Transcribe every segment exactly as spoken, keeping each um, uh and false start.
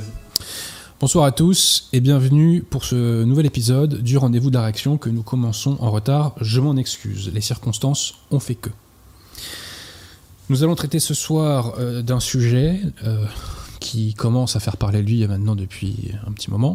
Bonsoir à tous et bienvenue pour ce nouvel épisode du Rendez-vous de la réaction que nous commençons en retard. Je m'en excuse, les circonstances ont fait que. Nous allons traiter ce soir euh, d'un sujet euh, qui commence à faire parler de lui maintenant depuis un petit moment.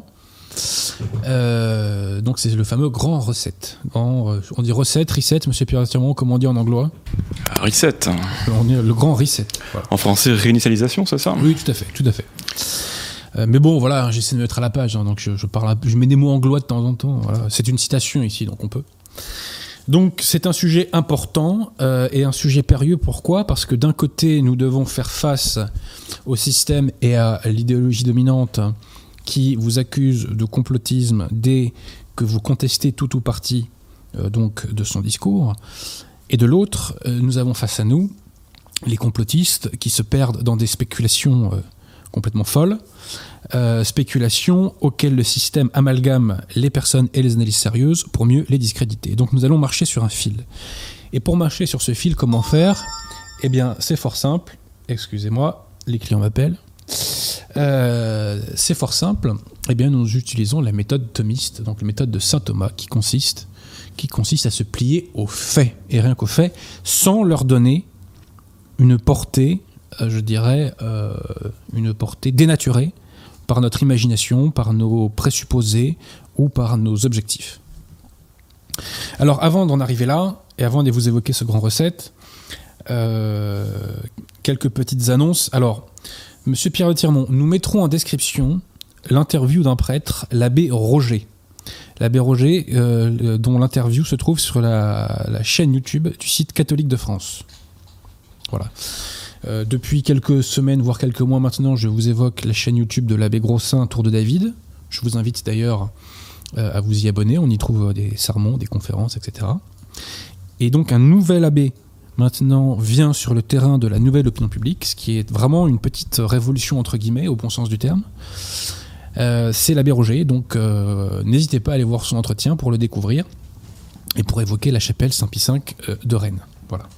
Euh, donc c'est le fameux grand reset. Grand, euh, on dit reset, reset, monsieur Pierre-Tirmont, comment on dit en anglois ? Reset. On dit le grand reset. Voilà. En français, réinitialisation, c'est ça ? Oui, tout à fait, tout à fait. Euh, mais bon, voilà, j'essaie de me mettre à la page, hein, donc je, je, parle à, je mets des mots anglois de temps en temps. Voilà. C'est une citation ici, donc on peut. Donc c'est un sujet important euh, et un sujet périlleux. Pourquoi ? Parce que d'un côté, nous devons faire face au système et à l'idéologie dominante qui vous accuse de complotisme dès que vous contestez tout ou partie euh, donc, de son discours. Et de l'autre, euh, nous avons face à nous les complotistes qui se perdent dans des spéculations euh, complètement folles, euh, spéculations auxquelles le système amalgame les personnes et les analyses sérieuses pour mieux les discréditer. Donc nous allons marcher sur un fil. Et pour marcher sur ce fil, comment faire ? Eh bien, c'est fort simple. Excusez-moi, les clients m'appellent. Euh, c'est fort simple. Eh bien, nous utilisons la méthode thomiste, donc la méthode de saint Thomas, qui consiste, qui consiste à se plier aux faits, et rien qu'aux faits, sans leur donner une portée, euh, je dirais, euh, une portée dénaturée par notre imagination, par nos présupposés ou par nos objectifs. Alors, avant d'en arriver là, et avant de vous évoquer ce grand recette, euh, quelques petites annonces. Alors, Monsieur Pierre Tirmont, nous mettrons en description l'interview d'un prêtre, l'abbé Roger. L'abbé Roger, euh, dont l'interview se trouve sur la, la chaîne YouTube du site catholique de France. Voilà. Euh, depuis quelques semaines, voire quelques mois maintenant, je vous évoque la chaîne YouTube de l'abbé Grossin, Tour de David. Je vous invite d'ailleurs euh, à vous y abonner. On y trouve des sermons, des conférences, et cetera. Et donc un nouvel abbé maintenant vient sur le terrain de la nouvelle opinion publique, ce qui est vraiment une petite révolution entre guillemets, au bon sens du terme. Euh, c'est l'abbé Roger, donc euh, n'hésitez pas à aller voir son entretien pour le découvrir et pour évoquer la chapelle Saint-Pie cinq euh, de Rennes. Voilà.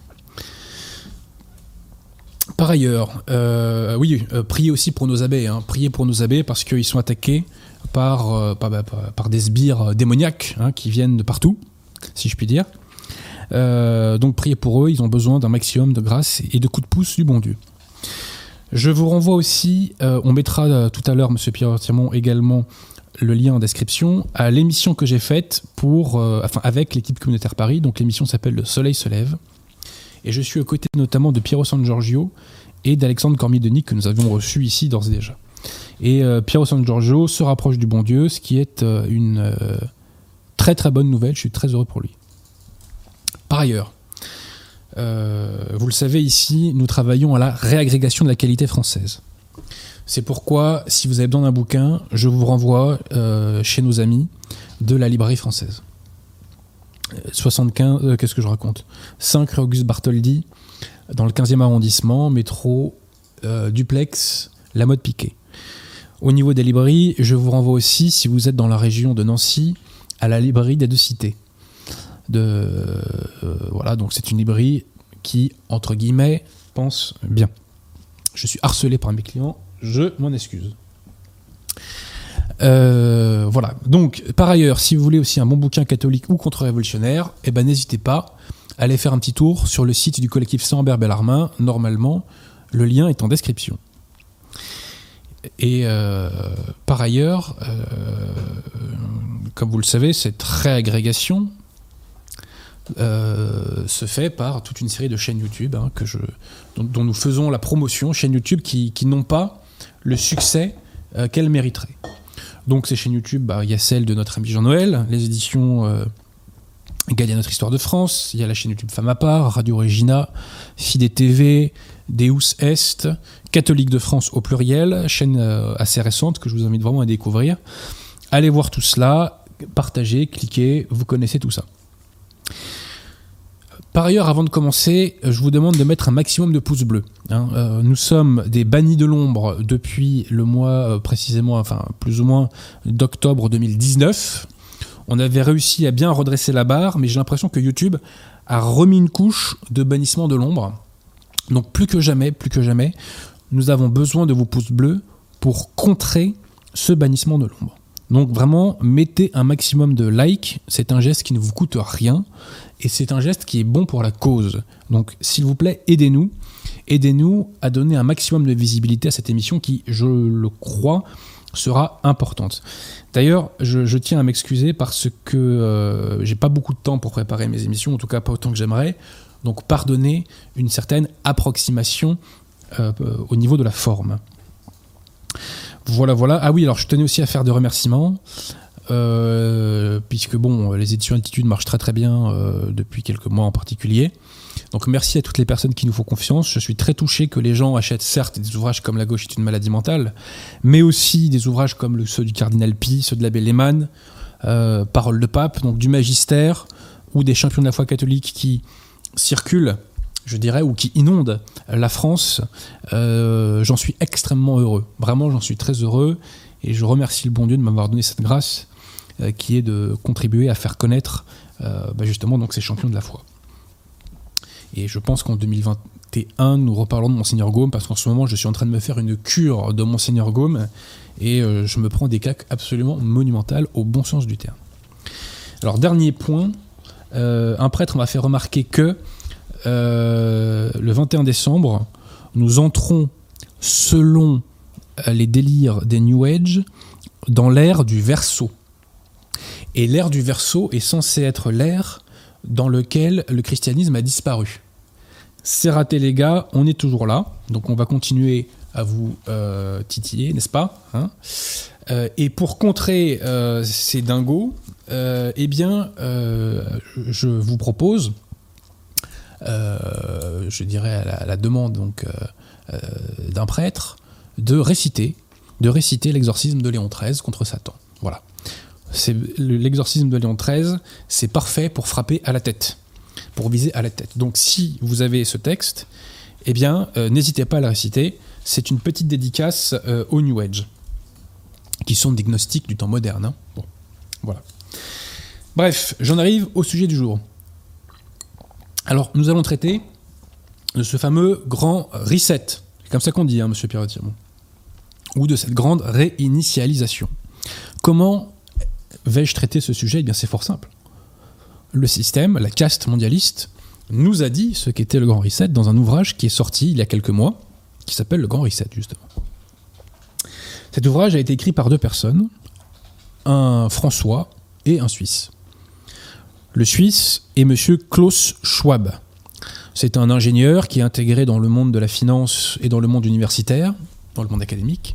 Par ailleurs, euh, oui, euh, priez aussi pour nos abbés, hein, priez pour nos abbés parce qu'ils sont attaqués par, euh, par, par, par des sbires démoniaques hein, qui viennent de partout, si je puis dire. Euh, donc priez pour eux, ils ont besoin d'un maximum de grâce et de coups de pouce du bon Dieu. Je vous renvoie aussi, euh, on mettra euh, tout à l'heure, Monsieur Pierre Tirmont, également le lien en description, à l'émission que j'ai faite pour, euh, enfin, avec l'équipe communautaire Paris. Donc l'émission s'appelle Le Soleil se lève. Et je suis aux côtés notamment de Piero San Giorgio et d'Alexandre Cormier-Denis que nous avions reçus ici d'ores et déjà. Et euh, Piero San Giorgio se rapproche du bon Dieu, ce qui est euh, une euh, très très bonne nouvelle. Je suis très heureux pour lui. Par ailleurs, euh, vous le savez ici, nous travaillons à la réagrégation de la qualité française. C'est pourquoi, si vous avez besoin d'un bouquin, je vous renvoie euh, chez nos amis de la librairie française. soixante-quinze, euh, qu'est-ce que je raconte ? cinq rue Auguste Bartholdi, dans le quinzième arrondissement, métro, euh, duplex, La Mode Piquet. Au niveau des librairies, je vous renvoie aussi, si vous êtes dans la région de Nancy, à la librairie des Deux Cités. De, euh, voilà, donc c'est une librairie qui, entre guillemets, pense bien. Je suis harcelé par mes clients, je m'en excuse. Euh, voilà. Donc, par ailleurs, si vous voulez aussi un bon bouquin catholique ou contre-révolutionnaire, eh ben, n'hésitez pas à aller faire un petit tour sur le site du collectif Saint-Ambert-Bellarmin. Normalement, le lien est en description. Et euh, par ailleurs, euh, comme vous le savez, cette réagrégation Euh, se fait par toute une série de chaînes YouTube hein, que je, dont, dont nous faisons la promotion, chaînes YouTube qui, qui n'ont pas le succès euh, qu'elles mériteraient. Donc ces chaînes YouTube, bah, y a celle de notre ami Jean-Noël, les éditions euh, Galia Notre Histoire de France, il y a la chaîne YouTube Femme à part, Radio Regina, Fide T V, Deus Est, Catholique de France au pluriel, chaîne euh, assez récente que je vous invite vraiment à découvrir. Allez voir tout cela, partagez, cliquez, vous connaissez tout ça. Par ailleurs, avant de commencer, je vous demande de mettre un maximum de pouces bleus. Hein. Euh, nous sommes des bannis de l'ombre depuis le mois euh, précisément, enfin plus ou moins d'octobre deux mille dix-neuf. On avait réussi à bien redresser la barre, mais j'ai l'impression que YouTube a remis une couche de bannissement de l'ombre. Donc plus que jamais, plus que jamais, nous avons besoin de vos pouces bleus pour contrer ce bannissement de l'ombre. Donc vraiment, mettez un maximum de likes, c'est un geste qui ne vous coûte rien, et c'est un geste qui est bon pour la cause. Donc s'il vous plaît, aidez-nous, aidez-nous à donner un maximum de visibilité à cette émission qui, je le crois, sera importante. D'ailleurs, je, je tiens à m'excuser parce que euh, j'ai pas beaucoup de temps pour préparer mes émissions, en tout cas pas autant que j'aimerais, donc pardonnez une certaine approximation euh, au niveau de la forme. Voilà, voilà. Ah oui, alors je tenais aussi à faire des remerciements, euh, puisque bon, les éditions Altitude marchent très très bien euh, depuis quelques mois en particulier. Donc merci à toutes les personnes qui nous font confiance. Je suis très touché que les gens achètent certes des ouvrages comme La gauche est une maladie mentale, mais aussi des ouvrages comme le, ceux du cardinal Pi, ceux de l'abbé Lehmann, euh, Paroles de pape, donc du magistère, ou des champions de la foi catholique qui circulent, je dirais, ou qui inondent la France. Euh, j'en suis extrêmement heureux. Vraiment, j'en suis très heureux. Et je remercie le bon Dieu de m'avoir donné cette grâce euh, qui est de contribuer à faire connaître euh, bah justement donc, ces champions de la foi. Et je pense qu'en deux mille vingt et un, nous reparlons de Monseigneur Gaume, parce qu'en ce moment, je suis en train de me faire une cure de Monseigneur Gaume, et euh, je me prends des claques absolument monumentales, au bon sens du terme. Alors, dernier point, euh, un prêtre m'a fait remarquer que euh, le vingt et un décembre, nous entrons, selon les délires des New Age, dans l'ère du Verseau. Et l'ère du Verseau est censée être l'ère dans lequel le christianisme a disparu. C'est raté les gars, on est toujours là, donc on va continuer à vous euh, titiller, n'est-ce pas, hein euh, et pour contrer euh, ces dingos, euh, eh bien, euh, je vous propose, euh, je dirais à la, à la demande donc, euh, euh, d'un prêtre, de réciter, de réciter l'exorcisme de Léon treize contre Satan. Voilà. C'est, l'exorcisme de Léon treize, c'est parfait pour frapper à la tête, pour viser à la tête. Donc si vous avez ce texte, eh bien, euh, n'hésitez pas à le réciter. C'est une petite dédicace euh, aux New Age, qui sont des gnostiques du temps moderne. Hein. Bon, voilà. Bref, j'en arrive au sujet du jour. Alors, nous allons traiter de ce fameux grand reset. C'est comme ça qu'on dit, hein, monsieur Pierrotti. Ou de cette grande réinitialisation. Comment vais-je traiter ce sujet ? Eh bien, c'est fort simple. Le système, la caste mondialiste, nous a dit ce qu'était le Grand Reset dans un ouvrage qui est sorti il y a quelques mois, qui s'appelle le Grand Reset, justement. Cet ouvrage a été écrit par deux personnes, un François et un Suisse. Le Suisse est monsieur Klaus Schwab. C'est un ingénieur qui est intégré dans le monde de la finance et dans le monde universitaire, dans le monde académique.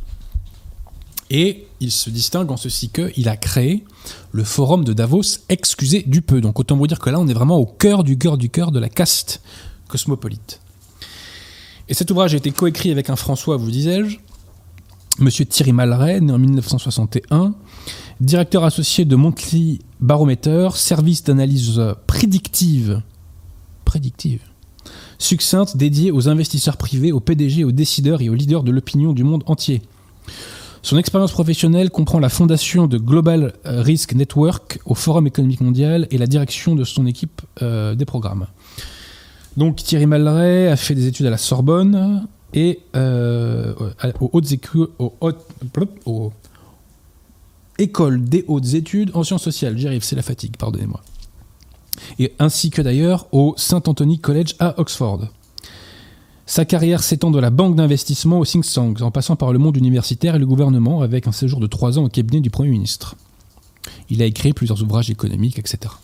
Et il se distingue en ceci qu'il a créé le forum de Davos, excusez du peu. Donc autant vous dire que là, on est vraiment au cœur du cœur du cœur de la caste cosmopolite. Et cet ouvrage a été coécrit avec un François, vous disais-je, monsieur Thierry Malray, né en dix-neuf cent soixante et un, directeur associé de Monthly Barometer, service d'analyse prédictive, prédictive, succincte dédié aux investisseurs privés, aux P D G, aux décideurs et aux leaders de l'opinion du monde entier. Son expérience professionnelle comprend la fondation de Global Risk Network au Forum économique mondial et la direction de son équipe euh, des programmes. Donc Thierry Malray a fait des études à la Sorbonne et euh, aux, hautes écu- aux, hautes, aux écoles des hautes études en sciences sociales. J'y arrive, c'est la fatigue, pardonnez-moi. Et ainsi que d'ailleurs au Saint Anthony College à Oxford. Sa carrière s'étend de la banque d'investissement au think tank, en passant par le monde universitaire et le gouvernement, avec un séjour de trois ans au cabinet du Premier ministre. Il a écrit plusieurs ouvrages économiques, et cetera.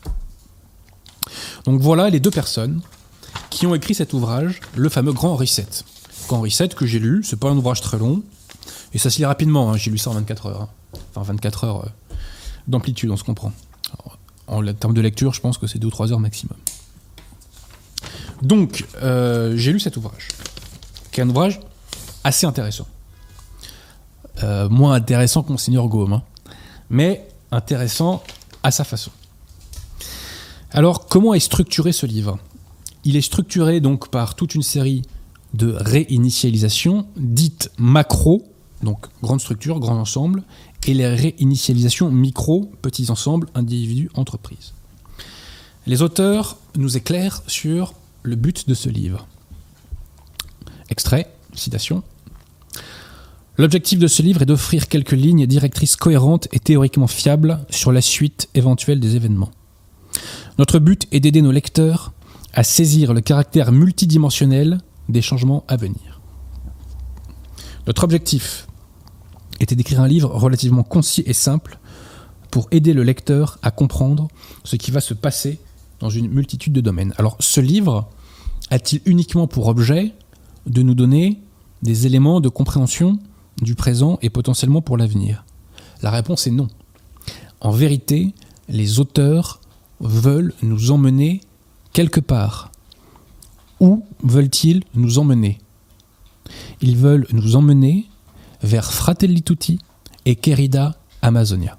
Donc voilà les deux personnes qui ont écrit cet ouvrage, le fameux Grand Reset. Grand Reset que j'ai lu, c'est pas un ouvrage très long, et ça se lit rapidement, hein, j'ai lu ça en vingt-quatre heures. Hein. Enfin vingt-quatre heures euh, d'amplitude, on se comprend. Alors, en termes de lecture, je pense que c'est deux ou trois heures maximum. Donc, euh, j'ai lu cet ouvrage, qui est un ouvrage assez intéressant. Euh, moins intéressant que Monseigneur Gaume, hein, mais intéressant à sa façon. Alors, comment est structuré ce livre ? Il est structuré donc par toute une série de réinitialisations dites macro, donc grande structure, grand ensemble, et les réinitialisations micro, petits ensembles, individus, entreprises. Les auteurs nous éclairent sur le but de ce livre. Extrait, citation. L'objectif de ce livre est d'offrir quelques lignes directrices cohérentes et théoriquement fiables sur la suite éventuelle des événements. Notre but est d'aider nos lecteurs à saisir le caractère multidimensionnel des changements à venir. Notre objectif était d'écrire un livre relativement concis et simple pour aider le lecteur à comprendre ce qui va se passer dans une multitude de domaines. Alors, ce livre a-t-il uniquement pour objet de nous donner des éléments de compréhension du présent et potentiellement pour l'avenir ? La réponse est non. En vérité, les auteurs veulent nous emmener quelque part. Où veulent-ils nous emmener ? Ils veulent nous emmener vers Fratelli Tutti et Querida Amazonia.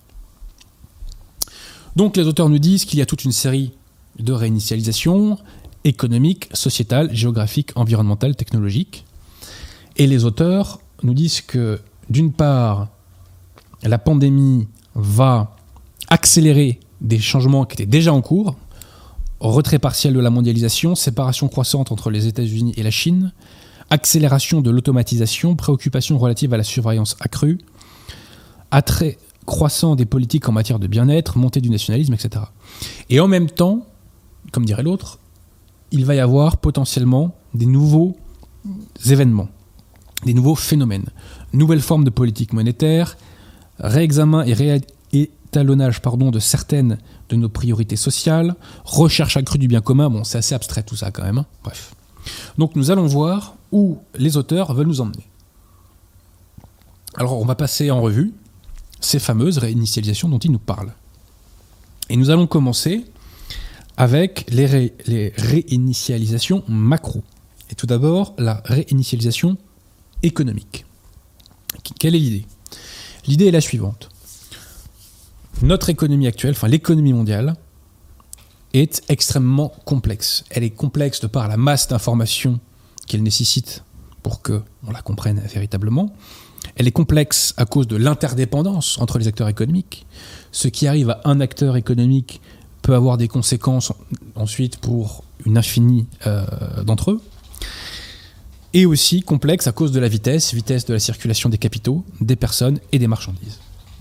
Donc les auteurs nous disent qu'il y a toute une série de réinitialisations économiques, sociétales, géographiques, environnementales, technologiques. Et les auteurs nous disent que, d'une part, la pandémie va accélérer des changements qui étaient déjà en cours, retrait partiel de la mondialisation, séparation croissante entre les États-Unis et la Chine, accélération de l'automatisation, préoccupation relative à la surveillance accrue, attrait croissant des politiques en matière de bien-être, montée du nationalisme, et cetera. Et en même temps, comme dirait l'autre, il va y avoir potentiellement des nouveaux événements, des nouveaux phénomènes, nouvelles formes de politique monétaire, réexamen et réétalonnage pardon, de certaines de nos priorités sociales, recherche accrue du bien commun, bon c'est assez abstrait tout ça quand même, hein. Bref. Donc nous allons voir où les auteurs veulent nous emmener. Alors on va passer en revue ces fameuses réinitialisations dont ils nous parlent. Et nous allons commencer avec les, ré, les réinitialisations macro. Et tout d'abord, la réinitialisation économique. Quelle est l'idée ? L'idée est la suivante. Notre économie actuelle, enfin l'économie mondiale, est extrêmement complexe. Elle est complexe de par la masse d'informations qu'elle nécessite pour qu'on la comprenne véritablement. Elle est complexe à cause de l'interdépendance entre les acteurs économiques. Ce qui arrive à un acteur économique peut avoir des conséquences ensuite pour une infinie euh, d'entre eux. Et aussi complexe à cause de la vitesse, vitesse de la circulation des capitaux, des personnes et des marchandises.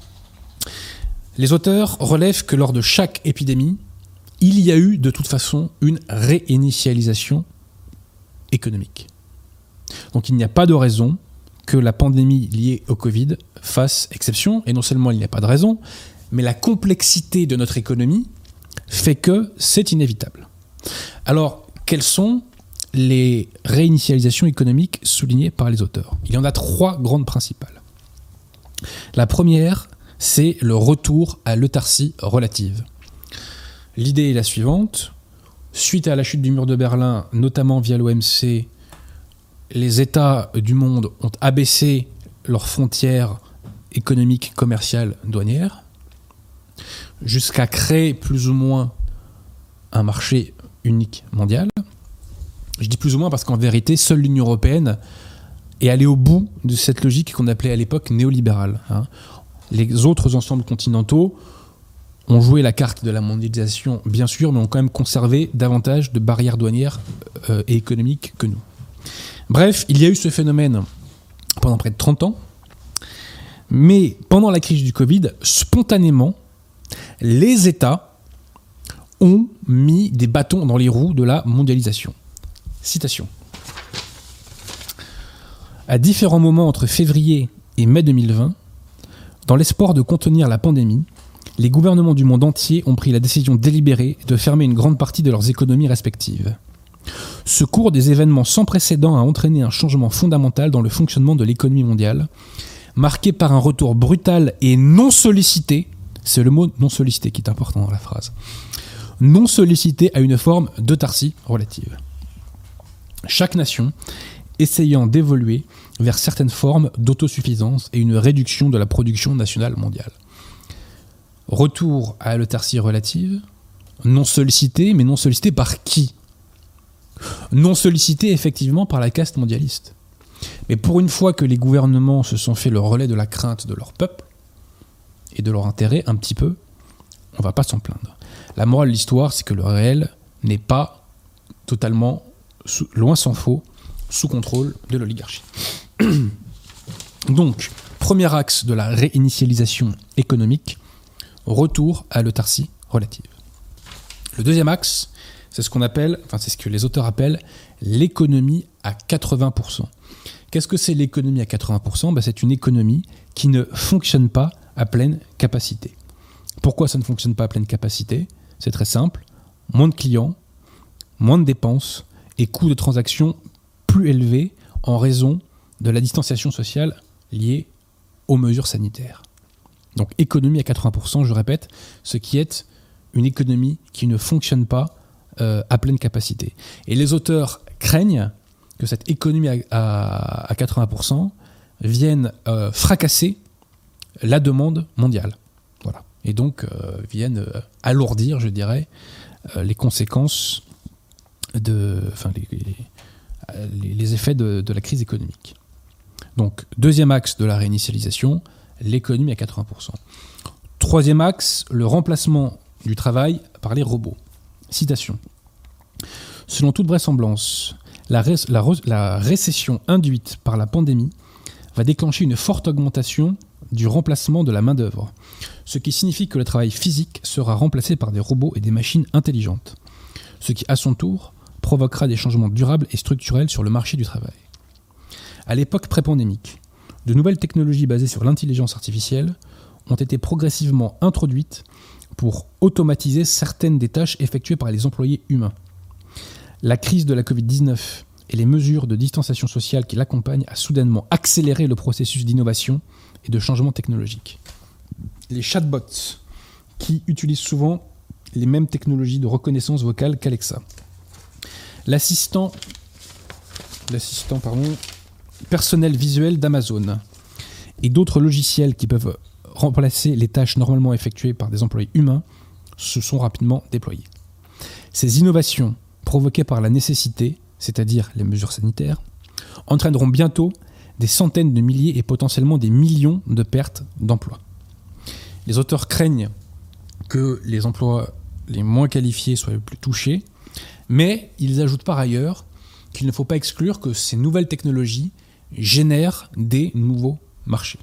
Les auteurs relèvent que lors de chaque épidémie, il y a eu de toute façon une réinitialisation économique. Donc il n'y a pas de raison que la pandémie liée au Covid fasse exception, et non seulement il n'y a pas de raison, mais la complexité de notre économie fait que c'est inévitable. Alors, quelles sont les réinitialisations économiques soulignées par les auteurs ? Il y en a trois grandes principales. La première, c'est le retour à l'eutarcie relative. L'idée est la suivante. Suite à la chute du mur de Berlin, notamment via l'O M C, les États du monde ont abaissé leurs frontières économiques, commerciales, douanières, jusqu'à créer plus ou moins un marché unique mondial. Je dis plus ou moins parce qu'en vérité, seule l'Union européenne est allée au bout de cette logique qu'on appelait à l'époque néolibérale. Hein. Les autres ensembles continentaux ont joué la carte de la mondialisation, bien sûr, mais ont quand même conservé davantage de barrières douanières euh, et économiques que nous. Bref, il y a eu ce phénomène pendant près de trente ans, mais pendant la crise du Covid, spontanément, les États ont mis des bâtons dans les roues de la mondialisation. Citation. À différents moments entre février et mai deux mille vingt, dans l'espoir de contenir la pandémie, les gouvernements du monde entier ont pris la décision délibérée de fermer une grande partie de leurs économies respectives. Ce cours des événements sans précédent a entraîné un changement fondamental dans le fonctionnement de l'économie mondiale, marqué par un retour brutal et non sollicité, c'est le mot non sollicité qui est important dans la phrase, non sollicité à une forme d'autarcie relative. Chaque nation essayant d'évoluer vers certaines formes d'autosuffisance et une réduction de la production nationale mondiale. Retour à l'autarcie relative, non sollicité, mais non sollicité par qui ? Non sollicité effectivement par la caste mondialiste. Mais pour une fois que les gouvernements se sont fait le relais de la crainte de leur peuple et de leur intérêt un petit peu, on ne va pas s'en plaindre. La morale de l'histoire, c'est que le réel n'est pas totalement, sous, loin s'en faut, sous contrôle de l'oligarchie. Donc, premier axe de la réinitialisation économique, retour à l'autarcie relative. Le deuxième axe, c'est ce qu'on appelle, enfin c'est ce que les auteurs appellent l'économie à quatre-vingts pour cent. Qu'est-ce que c'est l'économie à quatre-vingts pour cent ? Ben, c'est une économie qui ne fonctionne pas à pleine capacité. Pourquoi ça ne fonctionne pas à pleine capacité ? C'est très simple, moins de clients, moins de dépenses et coûts de transaction plus élevés en raison de la distanciation sociale liée aux mesures sanitaires. Donc économie à quatre-vingts pour cent, je répète, ce qui est une économie qui ne fonctionne pas euh, à pleine capacité. Et les auteurs craignent que cette économie à, à, à quatre-vingts pour cent vienne euh, fracasser la demande mondiale. Voilà. Et donc euh, vienne euh, alourdir, je dirais, euh, les conséquences, de, enfin, les, les, les effets de, de la crise économique. Donc, deuxième axe de la réinitialisation, l'économie à quatre-vingts pour cent. Troisième axe, le remplacement du travail par les robots. Citation. Selon toute vraisemblance, la, ré- la, re- la récession induite par la pandémie va déclencher une forte augmentation du remplacement de la main-d'œuvre, ce qui signifie que le travail physique sera remplacé par des robots et des machines intelligentes, ce qui, à son tour, provoquera des changements durables et structurels sur le marché du travail. À l'époque pré-pandémique, de nouvelles technologies basées sur l'intelligence artificielle ont été progressivement introduites pour automatiser certaines des tâches effectuées par les employés humains. La crise de la covid dix-neuf et les mesures de distanciation sociale qui l'accompagnent a soudainement accéléré le processus d'innovation et de changement technologique. Les chatbots, qui utilisent souvent les mêmes technologies de reconnaissance vocale qu'Alexa. L'assistant, l'assistant pardon, personnel visuel d'Amazon et d'autres logiciels qui peuvent remplacer les tâches normalement effectuées par des employés humains se sont rapidement déployés. Ces innovations, provoquées par la nécessité, c'est-à-dire les mesures sanitaires, entraîneront bientôt des centaines de milliers et potentiellement des millions de pertes d'emplois. Les auteurs craignent que les emplois les moins qualifiés soient les plus touchés, mais ils ajoutent par ailleurs qu'il ne faut pas exclure que ces nouvelles technologies génèrent des nouveaux marchés.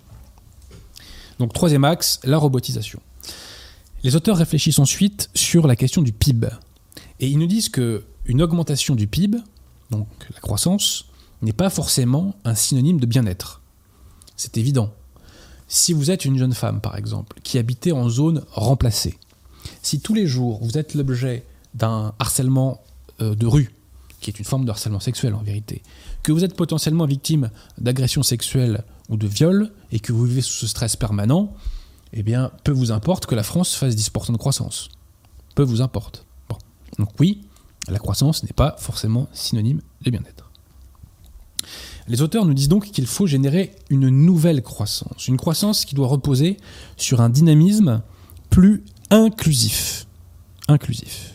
Donc troisième axe, la robotisation. Les auteurs réfléchissent ensuite sur la question du P I B. Et ils nous disent qu'une augmentation du P I B, donc la croissance, n'est pas forcément un synonyme de bien-être. C'est évident. Si vous êtes une jeune femme, par exemple, qui habitait en zone remplacée, si tous les jours vous êtes l'objet d'un harcèlement euh, de rue, qui est une forme de harcèlement sexuel en vérité, que vous êtes potentiellement victime d'agressions sexuelles ou de viols, et que vous vivez sous ce stress permanent, eh bien, peu vous importe que la France fasse dix pour cent de croissance. Peu vous importe. Bon. Donc oui, la croissance n'est pas forcément synonyme de bien-être. Les auteurs nous disent donc qu'il faut générer une nouvelle croissance, une croissance qui doit reposer sur un dynamisme plus inclusif. Inclusif.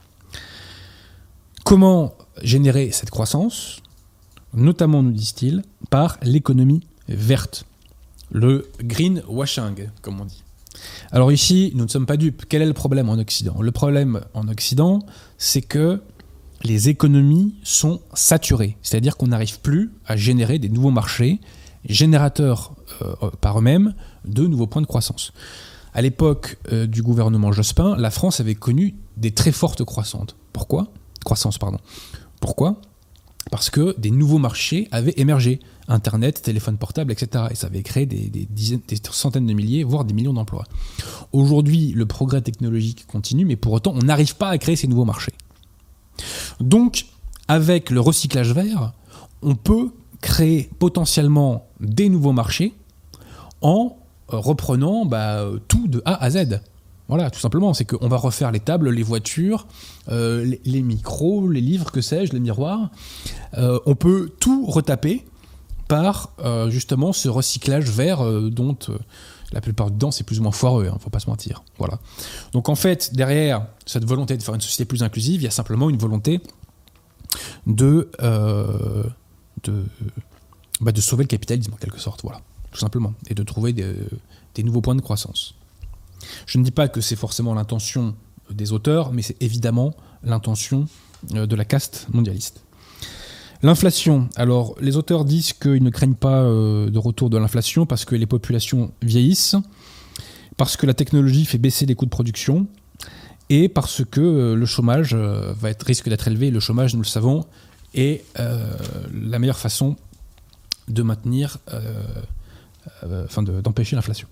Comment générer cette croissance ? Notamment, nous disent-ils, par l'économie verte. Le greenwashing, comme on dit. Alors ici, nous ne sommes pas dupes. Quel est le problème en Occident ? Le problème en Occident, c'est que les économies sont saturées. C'est-à-dire qu'on n'arrive plus à générer des nouveaux marchés, générateurs euh, par eux-mêmes de nouveaux points de croissance. À l'époque euh, du gouvernement Jospin, la France avait connu des très fortes croissances. Pourquoi ? Croissance, pardon. Pourquoi ? Parce que des nouveaux marchés avaient émergé. Internet, téléphone portable, et cetera. Et ça avait créé des, des dizaines, des centaines de milliers, voire des millions d'emplois. Aujourd'hui, le progrès technologique continue, mais pour autant, on n'arrive pas à créer ces nouveaux marchés. Donc, avec le recyclage vert, on peut créer potentiellement des nouveaux marchés en reprenant bah, tout de A à Z. Voilà, tout simplement, c'est qu'on va refaire les tables, les voitures, euh, les, les micros, les livres, que sais-je, les miroirs. Euh, on peut tout retaper par euh, justement ce recyclage vert euh, dont euh, la plupart du temps c'est plus ou moins foireux, hein, faut pas se mentir. Voilà. Donc en fait, derrière cette volonté de faire une société plus inclusive, il y a simplement une volonté de, euh, de, bah, de sauver le capitalisme en quelque sorte, voilà, tout simplement, et de trouver des, des nouveaux points de croissance. Je ne dis pas que c'est forcément l'intention des auteurs, mais c'est évidemment l'intention de la caste mondialiste. L'inflation. Alors, les auteurs disent qu'ils ne craignent pas euh, de retour de l'inflation parce que les populations vieillissent, parce que la technologie fait baisser les coûts de production et parce que euh, le chômage euh, va être, risque d'être élevé. Le chômage, nous le savons, est euh, la meilleure façon de maintenir, euh, euh, enfin de, d'empêcher l'inflation.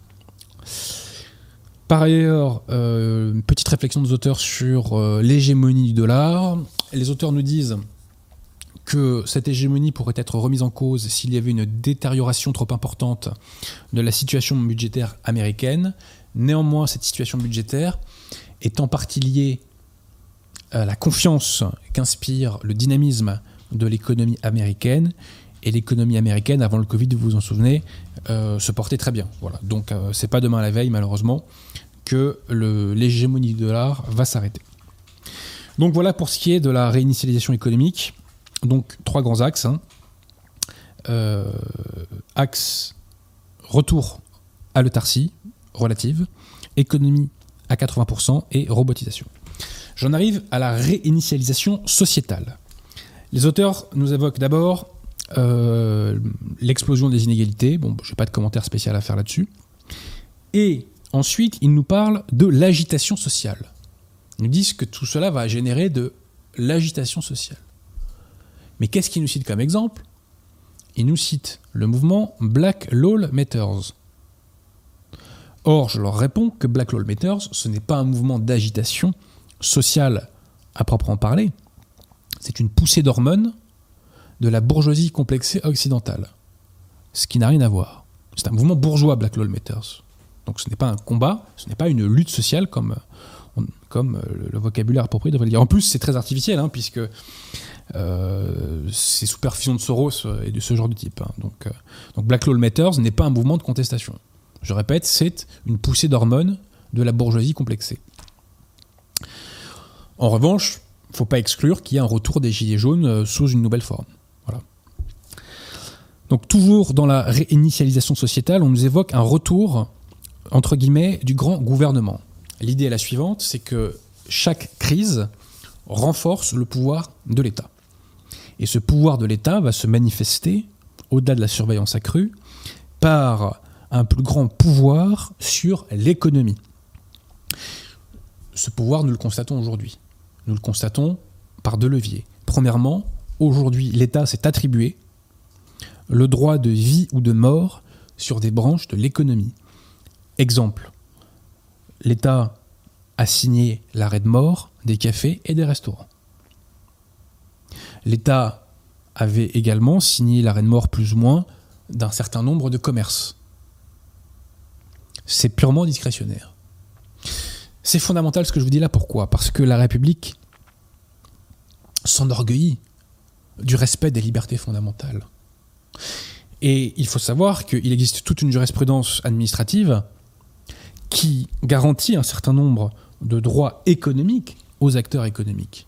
Par ailleurs, euh, une petite réflexion des auteurs sur euh, l'hégémonie du dollar. Les auteurs nous disent que cette hégémonie pourrait être remise en cause s'il y avait une détérioration trop importante de la situation budgétaire américaine. Néanmoins, cette situation budgétaire est en partie liée à la confiance qu'inspire le dynamisme de l'économie américaine. Et l'économie américaine, avant le Covid, vous vous en souvenez, euh, se portait très bien. Voilà. Donc, euh, c'est pas demain la veille, malheureusement, que le, l'hégémonie du dollar va s'arrêter. Donc, voilà pour ce qui est de la réinitialisation économique. Donc, trois grands axes. Hein. Euh, axe retour à l'autarcie relative, économie à quatre-vingts pour cent et robotisation. J'en arrive à la réinitialisation sociétale. Les auteurs nous évoquent d'abord euh, l'explosion des inégalités. Bon, je n'ai pas de commentaire spécial à faire là-dessus. Et ensuite, ils nous parlent de l'agitation sociale. Ils nous disent que tout cela va générer de l'agitation sociale. Mais qu'est-ce qu'ils nous citent comme exemple ? Ils nous citent le mouvement Black Lives Matter. Or, je leur réponds que Black Lives Matter, ce n'est pas un mouvement d'agitation sociale à proprement parler. C'est une poussée d'hormones de la bourgeoisie complexée occidentale. Ce qui n'a rien à voir. C'est un mouvement bourgeois, Black Lives Matter. Donc ce n'est pas un combat, ce n'est pas une lutte sociale comme, comme le vocabulaire approprié devrait le dire. En plus, c'est très artificiel, hein, puisque euh, c'est sous perfusion de Soros et de ce genre de type. Hein. Donc, euh, donc Black Lives Matter n'est pas un mouvement de contestation. Je répète, c'est une poussée d'hormones de la bourgeoisie complexée. En revanche, il ne faut pas exclure qu'il y ait un retour des Gilets jaunes sous une nouvelle forme. Voilà. Donc toujours dans la réinitialisation sociétale, on nous évoque un retour, entre guillemets, du grand gouvernement. L'idée est la suivante, c'est que chaque crise renforce le pouvoir de l'État. Et ce pouvoir de l'État va se manifester, au-delà de la surveillance accrue, par un plus grand pouvoir sur l'économie. Ce pouvoir, nous le constatons aujourd'hui. Nous le constatons par deux leviers. Premièrement, aujourd'hui, l'État s'est attribué le droit de vie ou de mort sur des branches de l'économie. Exemple, l'État a signé l'arrêt de mort des cafés et des restaurants. L'État avait également signé l'arrêt de mort plus ou moins d'un certain nombre de commerces. C'est purement discrétionnaire. C'est fondamental ce que je vous dis là, pourquoi ? Parce que la République s'enorgueillit du respect des libertés fondamentales. Et il faut savoir qu'il existe toute une jurisprudence administrative qui garantit un certain nombre de droits économiques aux acteurs économiques.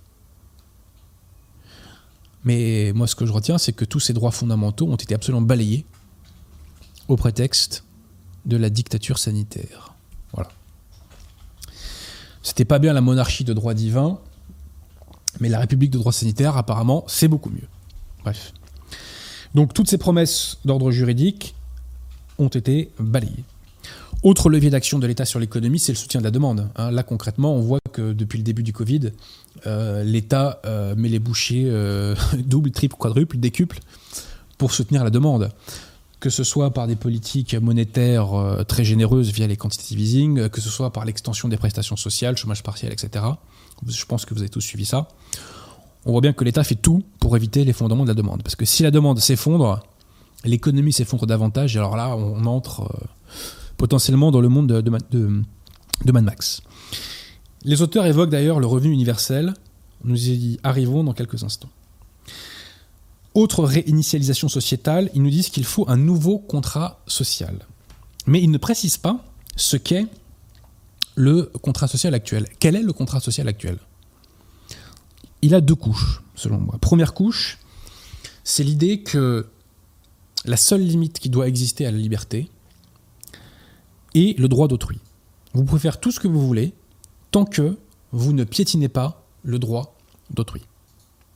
Mais moi, ce que je retiens, c'est que tous ces droits fondamentaux ont été absolument balayés au prétexte de la dictature sanitaire. Voilà. C'était pas bien la monarchie de droit divin, mais la République de droit sanitaire, apparemment, c'est beaucoup mieux. Bref. Donc, toutes ces promesses d'ordre juridique ont été balayées. Autre levier d'action de l'État sur l'économie, c'est le soutien de la demande. Hein, là, concrètement, on voit que depuis le début du Covid, euh, l'État euh, met les bouchées euh, double, triple, quadruple, décuple pour soutenir la demande. Que ce soit par des politiques monétaires euh, très généreuses via les quantitative easing, que ce soit par l'extension des prestations sociales, chômage partiel, et cetera. Je pense que vous avez tous suivi ça. On voit bien que l'État fait tout pour éviter l'effondrement de la demande. Parce que si la demande s'effondre, l'économie s'effondre davantage, et alors là, on entre euh, potentiellement dans le monde de, de, de, de Mad Max. Les auteurs évoquent d'ailleurs le revenu universel. Nous y arrivons dans quelques instants. Autre réinitialisation sociétale, ils nous disent qu'il faut un nouveau contrat social. Mais ils ne précisent pas ce qu'est le contrat social actuel. Quel est le contrat social actuel ? Il a deux couches, selon moi. Première couche, c'est l'idée que la seule limite qui doit exister à la liberté est le droit d'autrui. Vous pouvez faire tout ce que vous voulez tant que vous ne piétinez pas le droit d'autrui.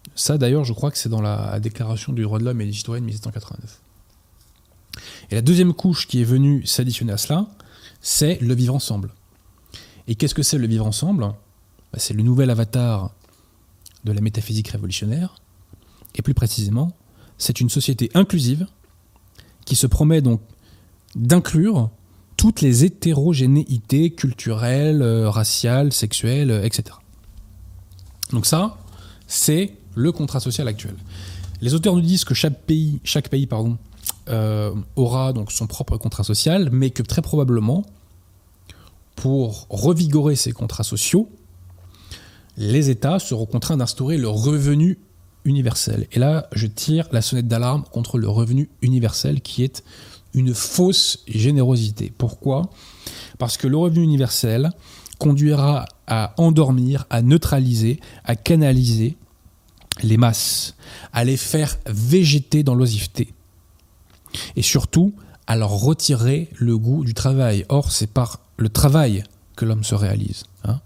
Ça, d'ailleurs, je crois que c'est dans la Déclaration du droit de l'homme et des citoyens de mille sept cent quatre-vingt-neuf. Et la deuxième couche qui est venue s'additionner à cela, c'est le vivre ensemble. Et qu'est-ce que c'est le vivre ensemble ? Ben, c'est le nouvel avatar de la métaphysique révolutionnaire. Et plus précisément, c'est une société inclusive qui se promet donc d'inclure toutes les hétérogénéités culturelles, euh, raciales, sexuelles, euh, et cetera. Donc ça, c'est le contrat social actuel. Les auteurs nous disent que chaque pays, chaque pays pardon, euh, aura donc son propre contrat social, mais que très probablement, pour revigorer ces contrats sociaux, les États seront contraints d'instaurer le revenu universel. Et là, je tire la sonnette d'alarme contre le revenu universel qui est une fausse générosité. Pourquoi ? Parce que le revenu universel conduira à endormir, à neutraliser, à canaliser les masses, à les faire végéter dans l'oisiveté. Et surtout, à leur retirer le goût du travail. Or, c'est par le travail que l'homme se réalise. Hein.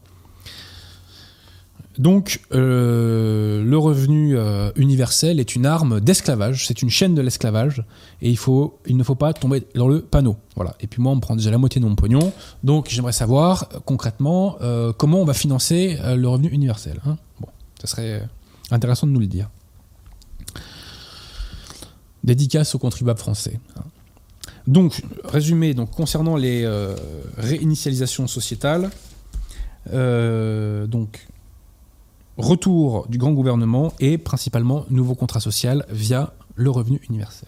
Donc, euh, le revenu euh, universel est une arme d'esclavage, c'est une chaîne de l'esclavage, et il, faut, il ne faut pas tomber dans le panneau. Voilà. Et puis moi, on me prend déjà la moitié de mon pognon, donc j'aimerais savoir euh, concrètement euh, comment on va financer euh, le revenu universel. Hein. Bon, ça serait intéressant de nous le dire. Dédicace aux contribuables français. Hein. Donc, résumé, donc, concernant les euh, réinitialisations sociétales, euh, donc, retour du grand gouvernement et principalement nouveau contrat social via le revenu universel.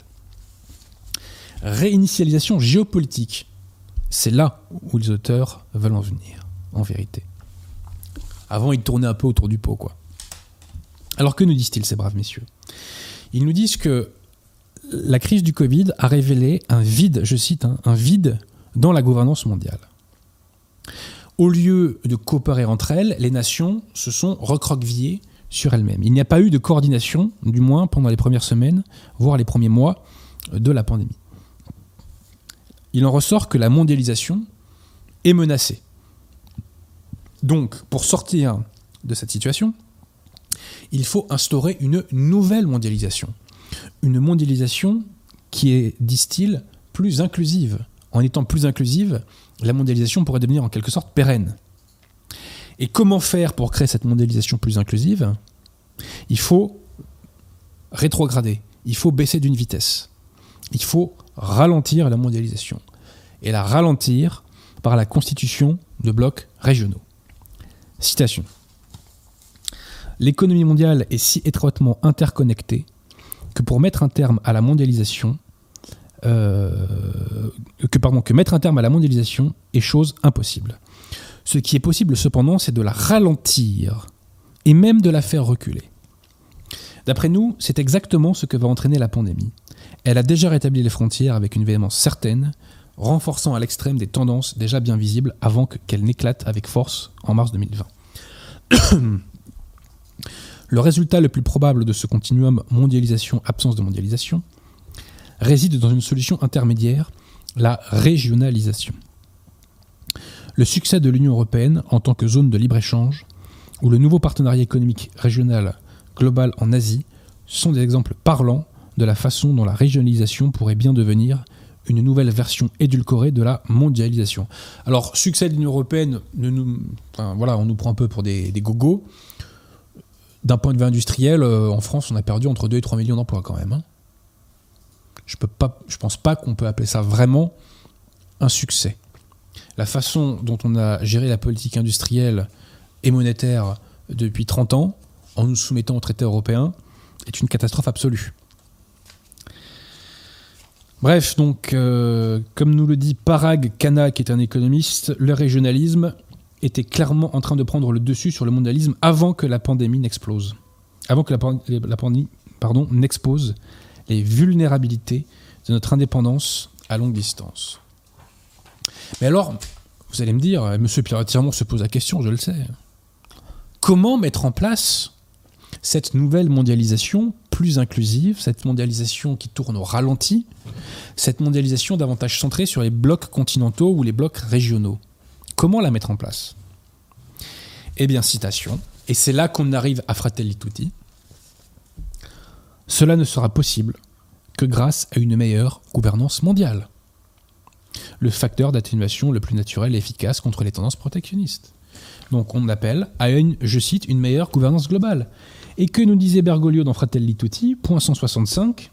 Réinitialisation géopolitique, c'est là où les auteurs veulent en venir, en vérité. Avant, ils tournaient un peu autour du pot, quoi. Alors que nous disent-ils, ces braves messieurs ? Ils nous disent que la crise du Covid a révélé un vide, je cite, hein, un vide dans la gouvernance mondiale. Au lieu de coopérer entre elles, les nations se sont recroquevillées sur elles-mêmes. Il n'y a pas eu de coordination, du moins pendant les premières semaines, voire les premiers mois de la pandémie. Il en ressort que la mondialisation est menacée. Donc, pour sortir de cette situation, il faut instaurer une nouvelle mondialisation. Une mondialisation qui est, disent-ils, plus inclusive. En étant plus inclusive, la mondialisation pourrait devenir en quelque sorte pérenne. Et comment faire pour créer cette mondialisation plus inclusive ? Il faut rétrograder, il faut baisser d'une vitesse. Il faut ralentir la mondialisation. Et la ralentir par la constitution de blocs régionaux. Citation. L'économie mondiale est si étroitement interconnectée que pour mettre un terme à la mondialisation, euh, que, pardon, que mettre un terme à la mondialisation est chose impossible. Ce qui est possible cependant, c'est de la ralentir et même de la faire reculer. D'après nous, c'est exactement ce que va entraîner la pandémie. Elle a déjà rétabli les frontières avec une véhémence certaine, renforçant à l'extrême des tendances déjà bien visibles avant que, qu'elles n'éclatent avec force en mars deux mille vingt. Le résultat le plus probable de ce continuum mondialisation-absence de mondialisation réside dans une solution intermédiaire, la régionalisation. Le succès de l'Union européenne en tant que zone de libre-échange ou le nouveau partenariat économique régional global en Asie sont des exemples parlants de la façon dont la régionalisation pourrait bien devenir une nouvelle version édulcorée de la mondialisation. Alors, succès de l'Union européenne, ne nous, enfin, voilà, on nous prend un peu pour des, des gogos. D'un point de vue industriel, euh, en France, on a perdu entre deux et trois millions d'emplois quand même. Hein. Je peux pas, je pense pas qu'on peut appeler ça vraiment un succès. La façon dont on a géré la politique industrielle et monétaire depuis trente ans, en nous soumettant aux traités européens, est une catastrophe absolue. Bref, donc, euh, comme nous le dit Parag Khanna, qui est un économiste, le régionalisme était clairement en train de prendre le dessus sur le mondialisme avant que la pandémie n'explose. Avant que la, la pandémie pardon, n'expose les vulnérabilités de notre indépendance à longue distance. Mais alors, vous allez me dire, M. Pirard-Tirmont se pose la question, je le sais. Comment mettre en place cette nouvelle mondialisation plus inclusive, cette mondialisation qui tourne au ralenti, cette mondialisation davantage centrée sur les blocs continentaux ou les blocs régionaux? Comment la mettre en place? Eh bien, citation, et c'est là qu'on arrive à Fratelli Tutti. cela ne sera possible que grâce à une meilleure gouvernance mondiale. Le facteur d'atténuation le plus naturel et efficace contre les tendances protectionnistes. Donc on appelle à une, je cite, une meilleure gouvernance globale. Et que nous disait Bergoglio dans Fratelli Tutti, point cent soixante-cinq,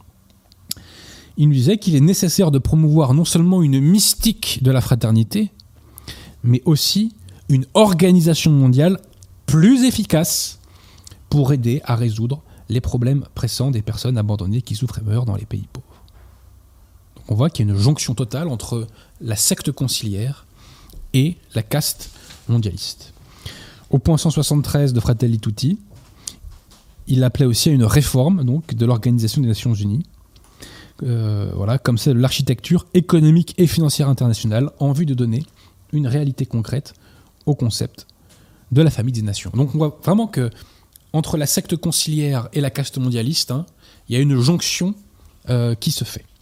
il nous disait qu'il est nécessaire de promouvoir non seulement une mystique de la fraternité, mais aussi une organisation mondiale plus efficace pour aider à résoudre les problèmes pressants des personnes abandonnées qui souffrent et meurent dans les pays pauvres. Donc on voit qu'il y a une jonction totale entre la secte conciliaire et la caste mondialiste. Au point cent soixante-treize de Fratelli Tutti, il appelait aussi à une réforme donc, de l'Organisation des Nations Unies, euh, voilà, comme celle de l'architecture économique et financière internationale, en vue de donner une réalité concrète au concept de la famille des nations. Donc on voit vraiment que entre la secte conciliaire et la caste mondialiste, hein, il y a une jonction euh, qui se fait.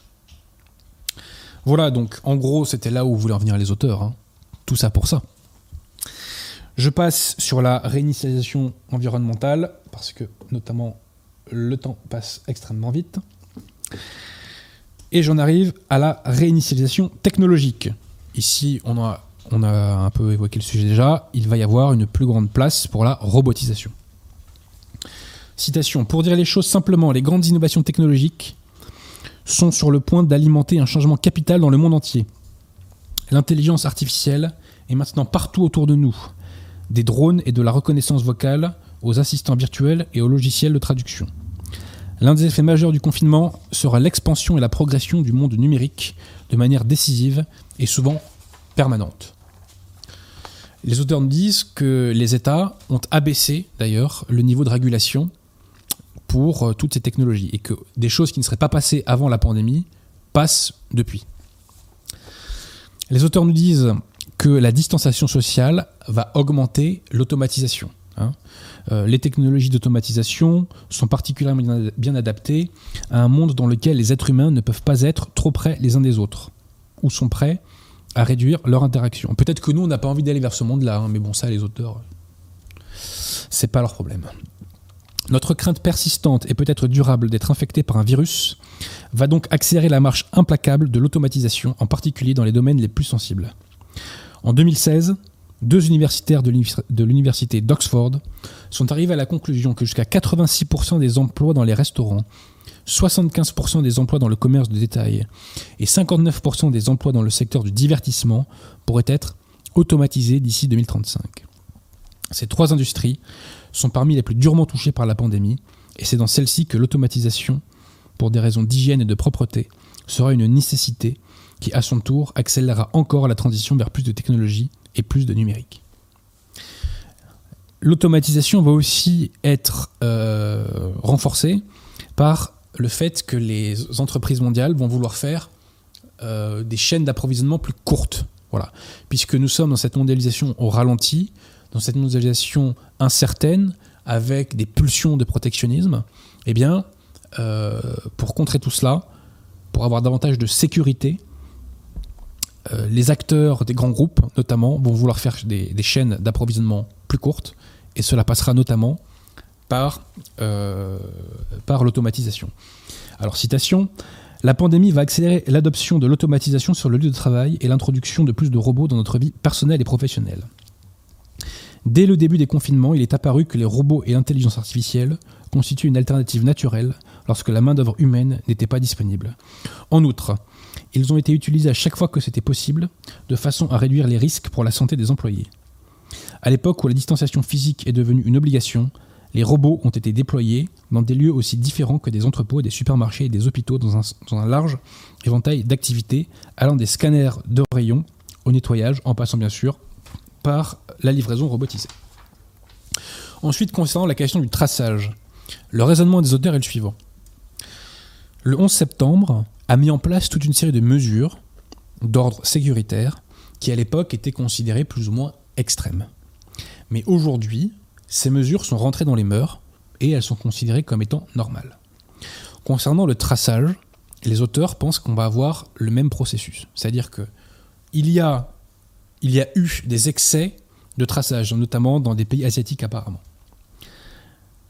Voilà, donc en gros, c'était là où voulaient en venir les auteurs. Hein. Tout ça pour ça. Je passe sur la réinitialisation environnementale, parce que notamment le temps passe extrêmement vite. Et j'en arrive à la réinitialisation technologique. Ici, on a, on a un peu évoqué le sujet déjà. Il va y avoir une plus grande place pour la robotisation. Citation. Pour dire les choses simplement, les grandes innovations technologiques sont sur le point d'alimenter un changement capital dans le monde entier. L'intelligence artificielle est maintenant partout autour de nous, des drones et de la reconnaissance vocale aux assistants virtuels et aux logiciels de traduction. L'un des effets majeurs du confinement sera l'expansion et la progression du monde numérique de manière décisive et souvent permanente. Les auteurs nous disent que les États ont abaissé d'ailleurs le niveau de régulation pour euh, toutes ces technologies et que des choses qui ne seraient pas passées avant la pandémie passent depuis. Les auteurs nous disent que la distanciation sociale va augmenter l'automatisation. Hein. Euh, les technologies d'automatisation sont particulièrement bien adaptées à un monde dans lequel les êtres humains ne peuvent pas être trop près les uns des autres ou sont prêts à réduire leur interaction. Peut-être que nous, on n'a pas envie d'aller vers ce monde-là, hein, mais bon, ça, les auteurs, c'est pas leur problème. Notre crainte persistante et peut-être durable d'être infecté par un virus va donc accélérer la marche implacable de l'automatisation, en particulier dans les domaines les plus sensibles. En deux mille seize, deux universitaires de l'université d'Oxford sont arrivés à la conclusion que jusqu'à quatre-vingt-six pour cent des emplois dans les restaurants, soixante-quinze pour cent des emplois dans le commerce de détail et cinquante-neuf pour cent des emplois dans le secteur du divertissement pourraient être automatisés d'ici deux mille trente-cinq. Ces trois industries sont parmi les plus durement touchées par la pandémie et c'est dans celles-ci que l'automatisation, pour des raisons d'hygiène et de propreté, sera une nécessité qui, à son tour, accélérera encore la transition vers plus de technologie et plus de numérique. L'automatisation va aussi être euh, renforcée par le fait que les entreprises mondiales vont vouloir faire euh, des chaînes d'approvisionnement plus courtes. Voilà. Puisque nous sommes dans cette mondialisation au ralenti, dans cette mondialisation incertaine, avec des pulsions de protectionnisme, eh bien, euh, pour contrer tout cela, pour avoir davantage de sécurité, euh, les acteurs des grands groupes, notamment, vont vouloir faire des, des chaînes d'approvisionnement plus courtes, et cela passera notamment par, euh, par l'automatisation. Alors, citation, « La pandémie va accélérer l'adoption de l'automatisation sur le lieu de travail et l'introduction de plus de robots dans notre vie personnelle et professionnelle. Dès le début des confinements, il est apparu que les robots et l'intelligence artificielle constituent une alternative naturelle lorsque la main-d'œuvre humaine n'était pas disponible. En outre, ils ont été utilisés à chaque fois que c'était possible, de façon à réduire les risques pour la santé des employés. À l'époque où la distanciation physique est devenue une obligation, les robots ont été déployés dans des lieux aussi différents que des entrepôts, des supermarchés et des hôpitaux dans un, dans un large éventail d'activités, allant des scanners de rayons au nettoyage, en passant bien sûr par la livraison robotisée. Ensuite, concernant la question du traçage, le raisonnement des auteurs est le suivant. Le onze septembre a mis en place toute une série de mesures d'ordre sécuritaire qui, à l'époque, étaient considérées plus ou moins extrêmes. Mais aujourd'hui, ces mesures sont rentrées dans les mœurs et elles sont considérées comme étant normales. Concernant le traçage, les auteurs pensent qu'on va avoir le même processus. C'est-à-dire qu'il y a Il y a eu des excès de traçage, notamment dans des pays asiatiques apparemment.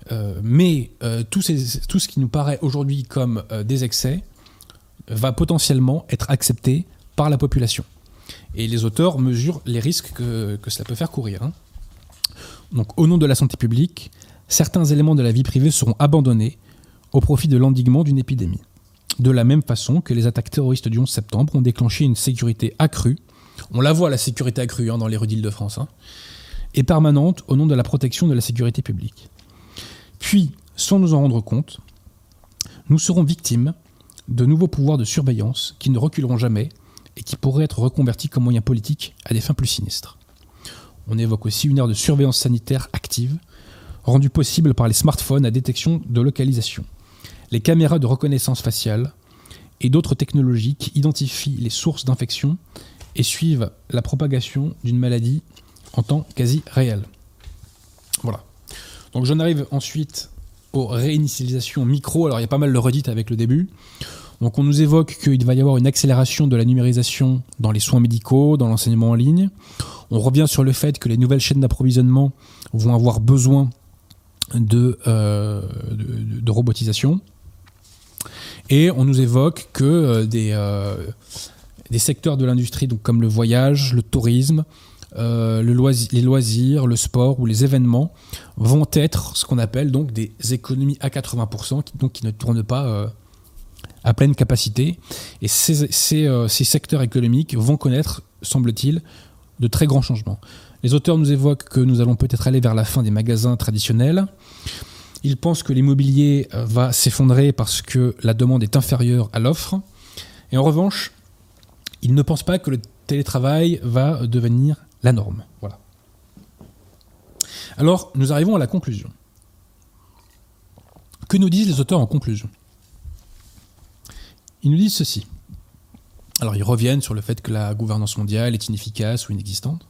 Euh, mais euh, tout, ces, tout ce qui nous paraît aujourd'hui comme euh, des excès va potentiellement être accepté par la population. Et les auteurs mesurent les risques que, que cela peut faire courir. Hein. Donc, au nom de la santé publique, certains éléments de la vie privée seront abandonnés au profit de l'endiguement d'une épidémie. De la même façon que les attaques terroristes du onze septembre ont déclenché une sécurité accrue, on la voit la sécurité accrue hein, dans les rues d'Île-de-France, hein, et permanente au nom de la protection de la sécurité publique. Puis, sans nous en rendre compte, nous serons victimes de nouveaux pouvoirs de surveillance qui ne reculeront jamais et qui pourraient être reconvertis comme moyens politiques à des fins plus sinistres. On évoque aussi une ère de surveillance sanitaire active, rendue possible par les smartphones à détection de localisation, les caméras de reconnaissance faciale et d'autres technologies qui identifient les sources d'infection et suivent la propagation d'une maladie en temps quasi réel. Voilà. Donc j'en arrive ensuite aux réinitialisations micro. Alors il y a pas mal de redites avec le début. Donc on nous évoque qu'il va y avoir une accélération de la numérisation dans les soins médicaux, dans l'enseignement en ligne. On revient sur le fait que les nouvelles chaînes d'approvisionnement vont avoir besoin de, euh, de, de robotisation. Et on nous évoque que euh, des, euh, des secteurs de l'industrie, donc comme le voyage, le tourisme, euh, le loisir, les loisirs, le sport ou les événements, vont être ce qu'on appelle donc des économies à quatre-vingts pour cent, qui, donc qui ne tournent pas euh, à pleine capacité. Et ces, ces, euh, ces secteurs économiques vont connaître, semble-t-il, de très grands changements. Les auteurs nous évoquent que nous allons peut-être aller vers la fin des magasins traditionnels. Ils pensent que l'immobilier va s'effondrer parce que la demande est inférieure à l'offre. Et en revanche, ils ne pensent pas que le télétravail va devenir la norme. Voilà. Alors, nous arrivons à la conclusion. Que nous disent les auteurs en conclusion ? Ils nous disent ceci. Alors, ils reviennent sur le fait que la gouvernance mondiale est inefficace ou inexistante.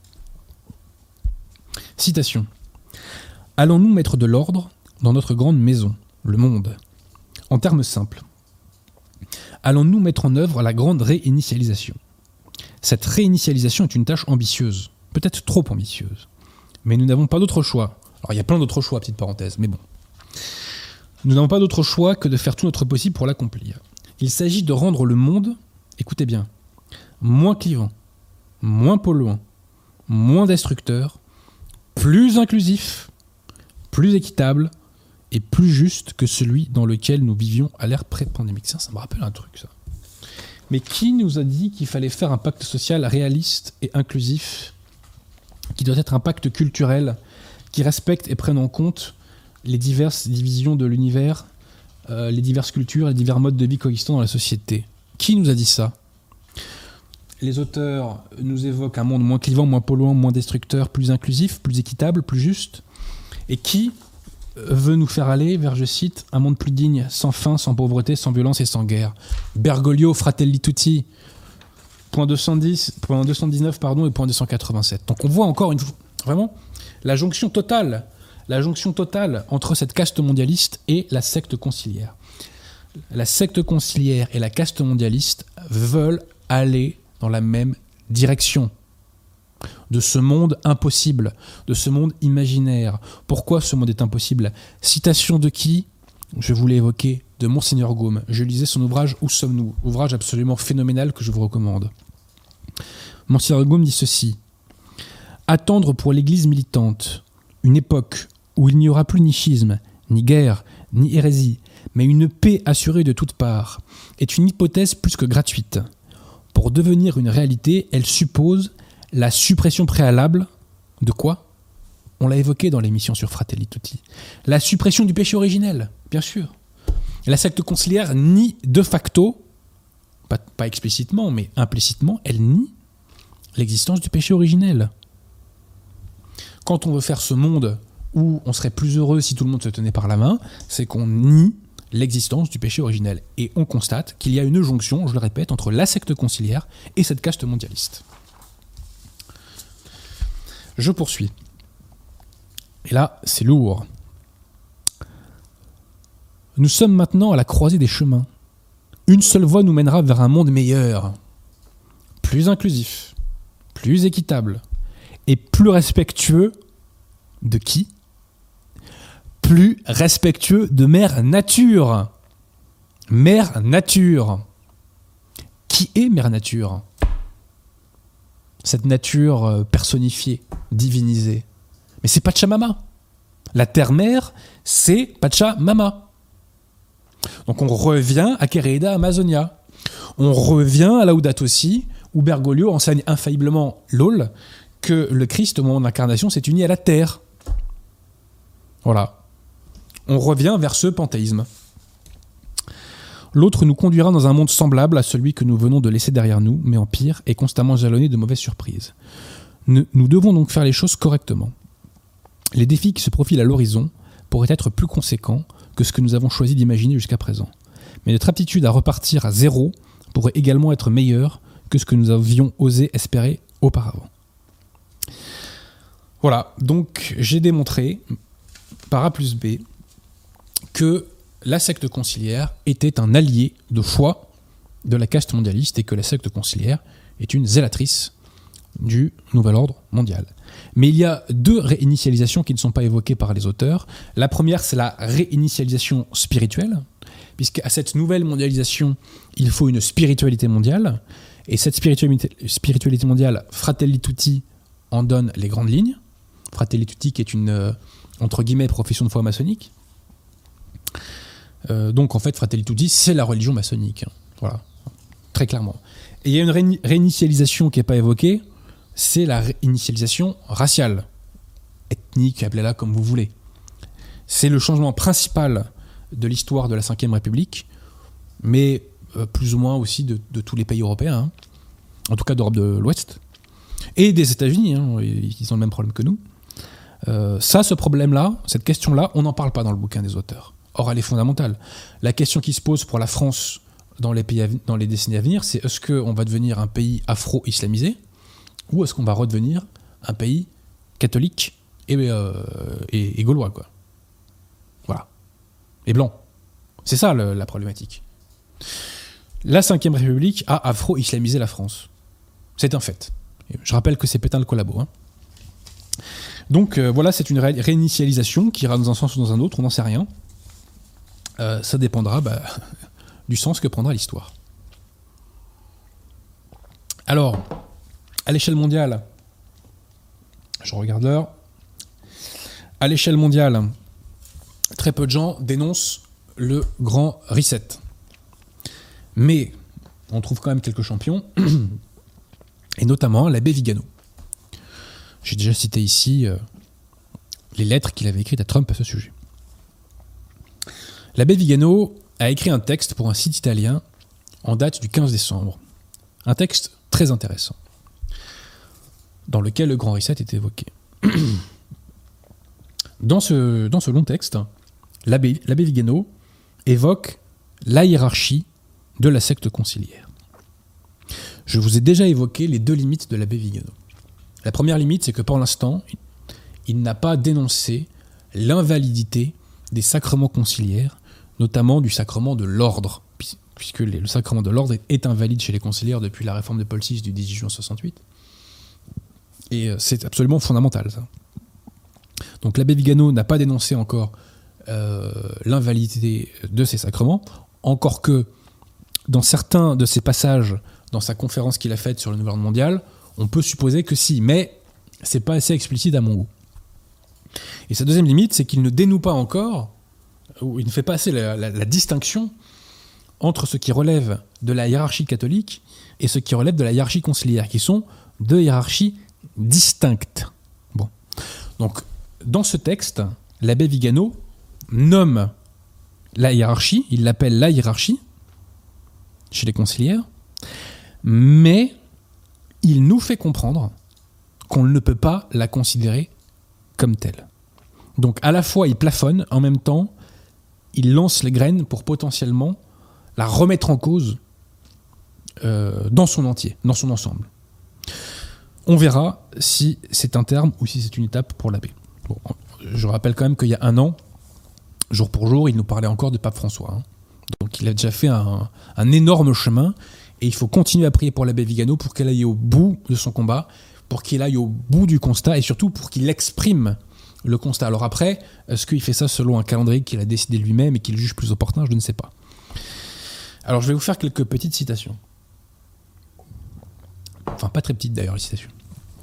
Citation. « Allons-nous mettre de l'ordre dans notre grande maison, le monde ? En termes simples, allons-nous mettre en œuvre la grande réinitialisation ? Cette réinitialisation est une tâche ambitieuse, peut-être trop ambitieuse, mais nous n'avons pas d'autre choix. Alors il y a plein d'autres choix, petite parenthèse, mais bon. Nous n'avons pas d'autre choix que de faire tout notre possible pour l'accomplir. Il s'agit de rendre le monde, écoutez bien, moins clivant, moins polluant, moins destructeur, plus inclusif, plus équitable et plus juste que celui dans lequel nous vivions à l'ère pré-pandémique. Ça, ça me rappelle un truc, ça. Mais qui nous a dit qu'il fallait faire un pacte social réaliste et inclusif, qui doit être un pacte culturel, qui respecte et prenne en compte les diverses divisions de l'univers, euh, les diverses cultures, les divers modes de vie coexistant dans la société ? Qui nous a dit ça ? Les auteurs nous évoquent un monde moins clivant, moins polluant, moins destructeur, plus inclusif, plus équitable, plus juste. Et qui veut nous faire aller vers, je cite, un monde plus digne, sans faim, sans pauvreté, sans violence et sans guerre. Bergoglio, Fratelli Tutti, point deux cent dix, point deux cent dix-neuf pardon, et point deux cent quatre-vingt-sept. Donc on voit encore une fois, vraiment, la jonction totale, la jonction totale entre cette caste mondialiste et la secte conciliaire. La secte conciliaire et la caste mondialiste veulent aller dans la même direction de ce monde impossible, de ce monde imaginaire. Pourquoi ce monde est impossible ? Citation de qui ? Je voulais évoquer de Monseigneur Gaume. Je lisais son ouvrage « Où sommes-nous ?», ouvrage absolument phénoménal que je vous recommande. Monseigneur Gaume dit ceci : « Attendre pour l'Église militante une époque où il n'y aura plus ni schisme, ni guerre, ni hérésie, mais une paix assurée de toutes parts, est une hypothèse plus que gratuite. Pour devenir une réalité, elle suppose la suppression préalable de quoi ? On l'a évoqué dans l'émission sur Fratelli Tutti. La suppression du péché originel, bien sûr. La secte conciliaire nie de facto, pas, pas explicitement, mais implicitement, elle nie l'existence du péché originel. Quand on veut faire ce monde où on serait plus heureux si tout le monde se tenait par la main, c'est qu'on nie l'existence du péché originel. Et on constate qu'il y a une jonction, je le répète, entre la secte conciliaire et cette caste mondialiste. Je poursuis. Et là, c'est lourd. Nous sommes maintenant à la croisée des chemins. Une seule voie nous mènera vers un monde meilleur, plus inclusif, plus équitable et plus respectueux de qui ? plus respectueux de Mère Nature. Mère Nature. Qui est Mère Nature ? Cette nature personnifiée, divinisée. Mais c'est Pachamama. La terre-mère, c'est Pachamama. Donc on revient à Querida Amazonia. On revient à Laudato Si, où Bergoglio enseigne infailliblement l'A U L que le Christ, au moment de l'incarnation, s'est uni à la terre. Voilà. On revient vers ce panthéisme. L'autre nous conduira dans un monde semblable à celui que nous venons de laisser derrière nous, mais en pire et constamment jalonné de mauvaises surprises. Nous, nous devons donc faire les choses correctement. Les défis qui se profilent à l'horizon pourraient être plus conséquents que ce que nous avons choisi d'imaginer jusqu'à présent. Mais notre aptitude à repartir à zéro pourrait également être meilleure que ce que nous avions osé espérer auparavant. Voilà, donc j'ai démontré par A plus B que la secte conciliaire était un allié de choix de la caste mondialiste et que la secte conciliaire est une zélatrice du nouvel ordre mondial. Mais il y a deux réinitialisations qui ne sont pas évoquées par les auteurs. La première, c'est la réinitialisation spirituelle, puisqu'à cette nouvelle mondialisation, il faut une spiritualité mondiale, et cette spiritualité, spiritualité mondiale, Fratelli Tutti en donne les grandes lignes. Fratelli Tutti qui est une, euh, entre guillemets, profession de foi maçonnique. Euh, donc en fait, Fratelli Tutti, c'est la religion maçonnique. Hein. Voilà, très clairement. Et il y a une ré- réinitialisation qui n'est pas évoquée, c'est la réinitialisation raciale, ethnique, appelez-la comme vous voulez. C'est le changement principal de l'histoire de la cinquième République, mais euh, plus ou moins aussi de, de tous les pays européens, hein. En tout cas d'Europe de l'Ouest, et des États-Unis, hein. Ils ont le même problème que nous. Euh, ça, ce problème-là, cette question-là, on n'en parle pas dans le bouquin des auteurs. Or, elle est fondamentale. La question qui se pose pour la France dans les, pays à, dans les décennies à venir, c'est est-ce qu'on va devenir un pays afro-islamisé ou est-ce qu'on va redevenir un pays catholique et, euh, et, et gaulois, quoi. Voilà. Et blanc. C'est ça le, la problématique. La cinquième République a afro-islamisé la France. C'est un fait. Je rappelle que c'est Pétain le collabo. Hein. Donc euh, voilà, c'est une ré- réinitialisation qui ira dans un sens ou dans un autre, on n'en sait rien. Euh, ça dépendra bah, du sens que prendra l'histoire. Alors, à l'échelle mondiale, je regarde l'heure, à l'échelle mondiale, très peu de gens dénoncent le grand reset. Mais on trouve quand même quelques champions, et notamment l'abbé Vigano. J'ai déjà cité ici euh, les lettres qu'il avait écrites à Trump à ce sujet. L'abbé Vigano a écrit un texte pour un site italien en date du quinze décembre. Un texte très intéressant, dans lequel le grand reset est évoqué. Dans ce, dans ce long texte, l'abbé, l'abbé Vigano évoque la hiérarchie de la secte conciliaire. Je vous ai déjà évoqué les deux limites de l'abbé Vigano. La première limite, c'est que pour l'instant, il n'a pas dénoncé l'invalidité des sacrements conciliaires, notamment du sacrement de l'ordre, puisque le sacrement de l'ordre est invalide chez les conciliaires depuis la réforme de Paul six du dix-huit juin soixante-huit. Et c'est absolument fondamental, ça. Donc l'abbé Vigano n'a pas dénoncé encore euh, l'invalidité de ces sacrements, encore que dans certains de ses passages, dans sa conférence qu'il a faite sur le nouvel ordre mondial, on peut supposer que si, mais c'est pas assez explicite à mon goût. Et sa deuxième limite, c'est qu'il ne dénoue pas encore, ou il ne fait pas assez la, la, la distinction entre ce qui relève de la hiérarchie catholique et ce qui relève de la hiérarchie conciliaire, qui sont deux hiérarchies distinctes. Bon. Donc, dans ce texte, l'abbé Vigano nomme la hiérarchie, il l'appelle la hiérarchie, chez les conciliaires, mais il nous fait comprendre qu'on ne peut pas la considérer comme telle. Donc à la fois il plafonne, en même temps il lance les graines pour potentiellement la remettre en cause euh, dans son entier, dans son ensemble. On verra si c'est un terme ou si c'est une étape pour l'abbé. Bon, je rappelle quand même qu'il y a un an, jour pour jour, il nous parlait encore de Pape François. Hein. Donc il a déjà fait un, un énorme chemin et il faut continuer à prier pour l'abbé Vigano pour qu'elle aille au bout de son combat, pour qu'il aille au bout du constat et surtout pour qu'il exprime le constat. Alors après, est-ce qu'il fait ça selon un calendrier qu'il a décidé lui-même et qu'il juge plus opportun? Je ne sais pas. Alors je vais vous faire quelques petites citations. Enfin, pas très petites d'ailleurs, les citations.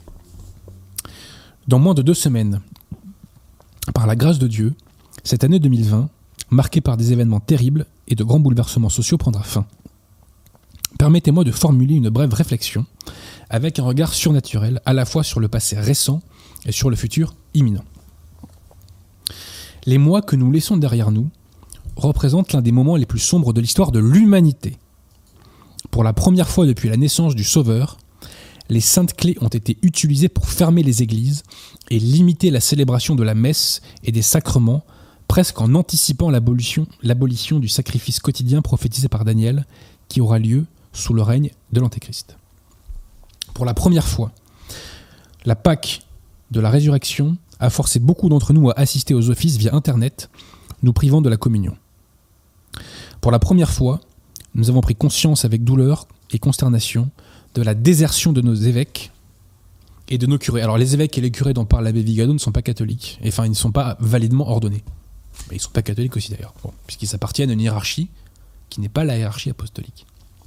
Dans moins de deux semaines, par la grâce de Dieu, cette année deux mille vingt, marquée par des événements terribles et de grands bouleversements sociaux, prendra fin. Permettez-moi de formuler une brève réflexion avec un regard surnaturel à la fois sur le passé récent et sur le futur imminent. Les mois que nous laissons derrière nous représentent l'un des moments les plus sombres de l'histoire de l'humanité. Pour la première fois depuis la naissance du Sauveur, les saintes clés ont été utilisées pour fermer les églises et limiter la célébration de la messe et des sacrements, presque en anticipant l'abolition, l'abolition du sacrifice quotidien prophétisé par Daniel, qui aura lieu sous le règne de l'Antéchrist. Pour la première fois, la Pâque de la résurrection a forcé beaucoup d'entre nous à assister aux offices via Internet, nous privant de la communion. Pour la première fois, nous avons pris conscience avec douleur et consternation de la désertion de nos évêques et de nos curés. Alors les évêques et les curés dont parle l'abbé Vigano ne sont pas catholiques, et enfin ils ne sont pas validement ordonnés. Mais ils ne sont pas catholiques aussi d'ailleurs, bon, puisqu'ils appartiennent à une hiérarchie qui n'est pas la hiérarchie apostolique.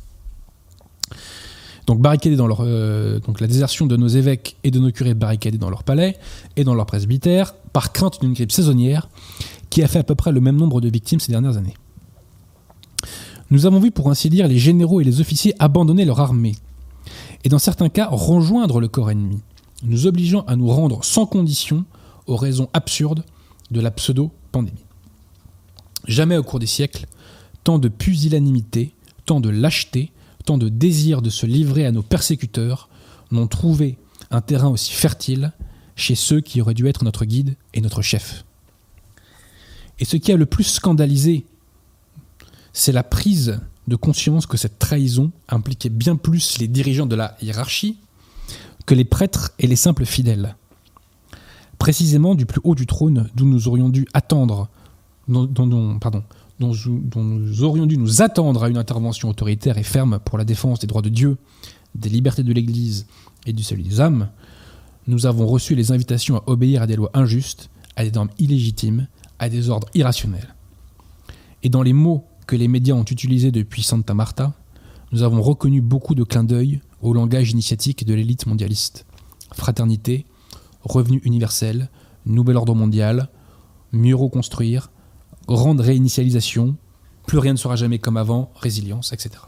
Donc barricadés dans leur, euh, donc la désertion de nos évêques et de nos curés barricadés dans leur palais et dans leur presbytère, par crainte d'une grippe saisonnière qui a fait à peu près le même nombre de victimes ces dernières années. Nous avons vu pour ainsi dire les généraux et les officiers abandonner leur armée, et dans certains cas rejoindre le corps ennemi, nous obligeant à nous rendre sans condition aux raisons absurdes de la pseudo-pandémie. Jamais au cours des siècles, tant de pusillanimité, tant de lâcheté, tant de désir de se livrer à nos persécuteurs n'ont trouvé un terrain aussi fertile chez ceux qui auraient dû être notre guide et notre chef. Et ce qui a le plus scandalisé, c'est la prise de conscience que cette trahison impliquait bien plus les dirigeants de la hiérarchie que les prêtres et les simples fidèles. Précisément du plus haut du trône d'où nous aurions dû attendre, dont, dont, pardon, dont, dont nous aurions dû nous attendre à une intervention autoritaire et ferme pour la défense des droits de Dieu, des libertés de l'Église et du salut des âmes, nous avons reçu les invitations à obéir à des lois injustes, à des normes illégitimes, à des ordres irrationnels. Et dans les mots que les médias ont utilisés depuis Santa Marta, nous avons reconnu beaucoup de clins d'œil au langage initiatique de l'élite mondialiste. Fraternité, revenu universel, nouvel ordre mondial, mieux reconstruire, grande réinitialisation, plus rien ne sera jamais comme avant, résilience, et cetera.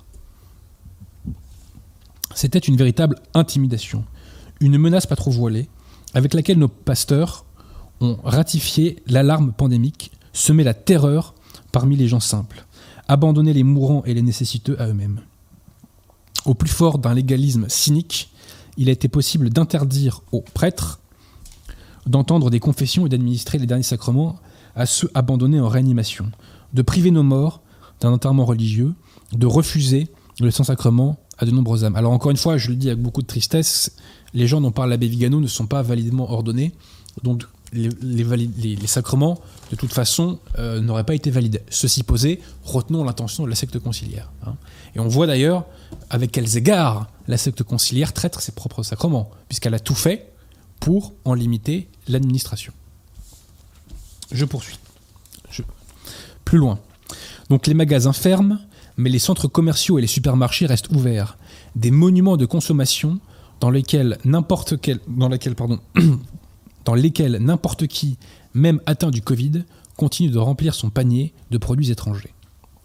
C'était une véritable intimidation, une menace pas trop voilée, avec laquelle nos pasteurs ont ratifié l'alarme pandémique, semé la terreur parmi les gens simples, abandonné les mourants et les nécessiteux à eux-mêmes. Au plus fort d'un légalisme cynique, il a été possible d'interdire aux prêtres d'entendre des confessions et d'administrer les derniers sacrements à ceux abandonnés en réanimation, de priver nos morts d'un enterrement religieux, de refuser le Saint-Sacrement à de nombreuses âmes. Alors encore une fois, je le dis avec beaucoup de tristesse, les gens dont parle l'abbé Vigano ne sont pas validement ordonnés, donc les, les, valid- les, les sacrements, de toute façon, euh, n'auraient pas été validés. Ceci posé, retenons l'intention de la secte conciliaire. Hein. Et on voit d'ailleurs avec quels égards la secte conciliaire traite ses propres sacrements, puisqu'elle a tout fait pour en limiter l'administration. Je poursuis. Je... Plus loin. Donc les magasins ferment, mais les centres commerciaux et les supermarchés restent ouverts. Des monuments de consommation dans lesquels n'importe quel, dans lesquels, pardon, dans lesquels n'importe qui, même atteint du Covid, continue de remplir son panier de produits étrangers.